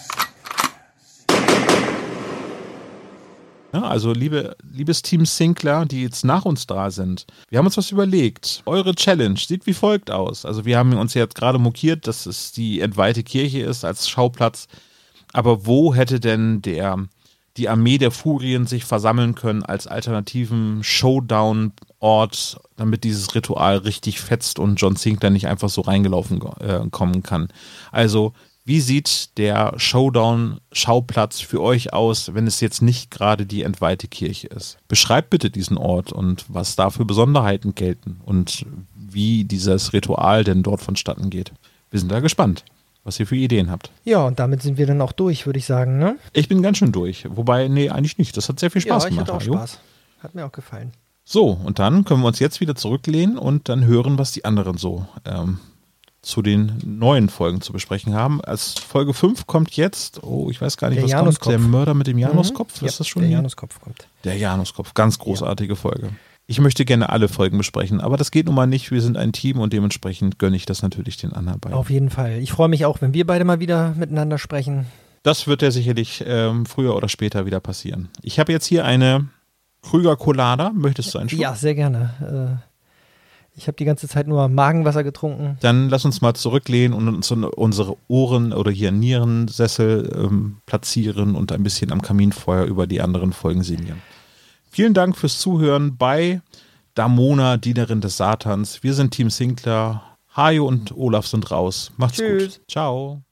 Ja, also liebes Team Sinclair, die jetzt nach uns da sind, wir haben uns was überlegt. Eure Challenge sieht wie folgt aus. Also wir haben uns jetzt gerade mokiert, dass es die entweihte Kirche ist als Schauplatz. Aber wo hätte denn die Armee der Furien sich versammeln können als alternativen Showdown-Ort, damit dieses Ritual richtig fetzt und John Sinclair nicht einfach so reingelaufen kommen kann? Also Wie sieht der Showdown-Schauplatz für euch aus, wenn es jetzt nicht gerade die entweihte Kirche ist? Beschreibt bitte diesen Ort und was da für Besonderheiten gelten und wie dieses Ritual denn dort vonstatten geht. Wir sind da gespannt, was ihr für Ideen habt. Ja, und damit sind wir dann auch durch, würde ich sagen, ne? Ich bin ganz schön durch. Wobei, nee, eigentlich nicht. Das hat sehr viel Spaß gemacht. Ja, ich hatte auch Spaß. Hat mir auch gefallen. So, und dann können wir uns jetzt wieder zurücklehnen und dann hören, was die anderen so zu den neuen Folgen zu besprechen haben. Als Folge 5 kommt jetzt, ich weiß gar nicht, was kommt. Der Mörder mit dem Januskopf? Ist das schon? Der Januskopf kommt. Der Januskopf, ganz großartige Folge. Ich möchte gerne alle Folgen besprechen, aber das geht nun mal nicht. Wir sind ein Team und dementsprechend gönne ich das natürlich den anderen beiden. Auf jeden Fall. Ich freue mich auch, wenn wir beide mal wieder miteinander sprechen. Das wird ja sicherlich früher oder später wieder passieren. Ich habe jetzt hier eine Krüger Colada. Möchtest du einen Schluck? Ja, sehr gerne. Ich habe die ganze Zeit nur Magenwasser getrunken. Dann lass uns mal zurücklehnen und uns unsere Ohren oder hier Nierensessel platzieren und ein bisschen am Kaminfeuer über die anderen Folgen sinnieren. Vielen Dank fürs Zuhören bei Damona, Dienerin des Satans. Wir sind Team Sinclair. Hajo und Olaf sind raus. Macht's gut. Ciao.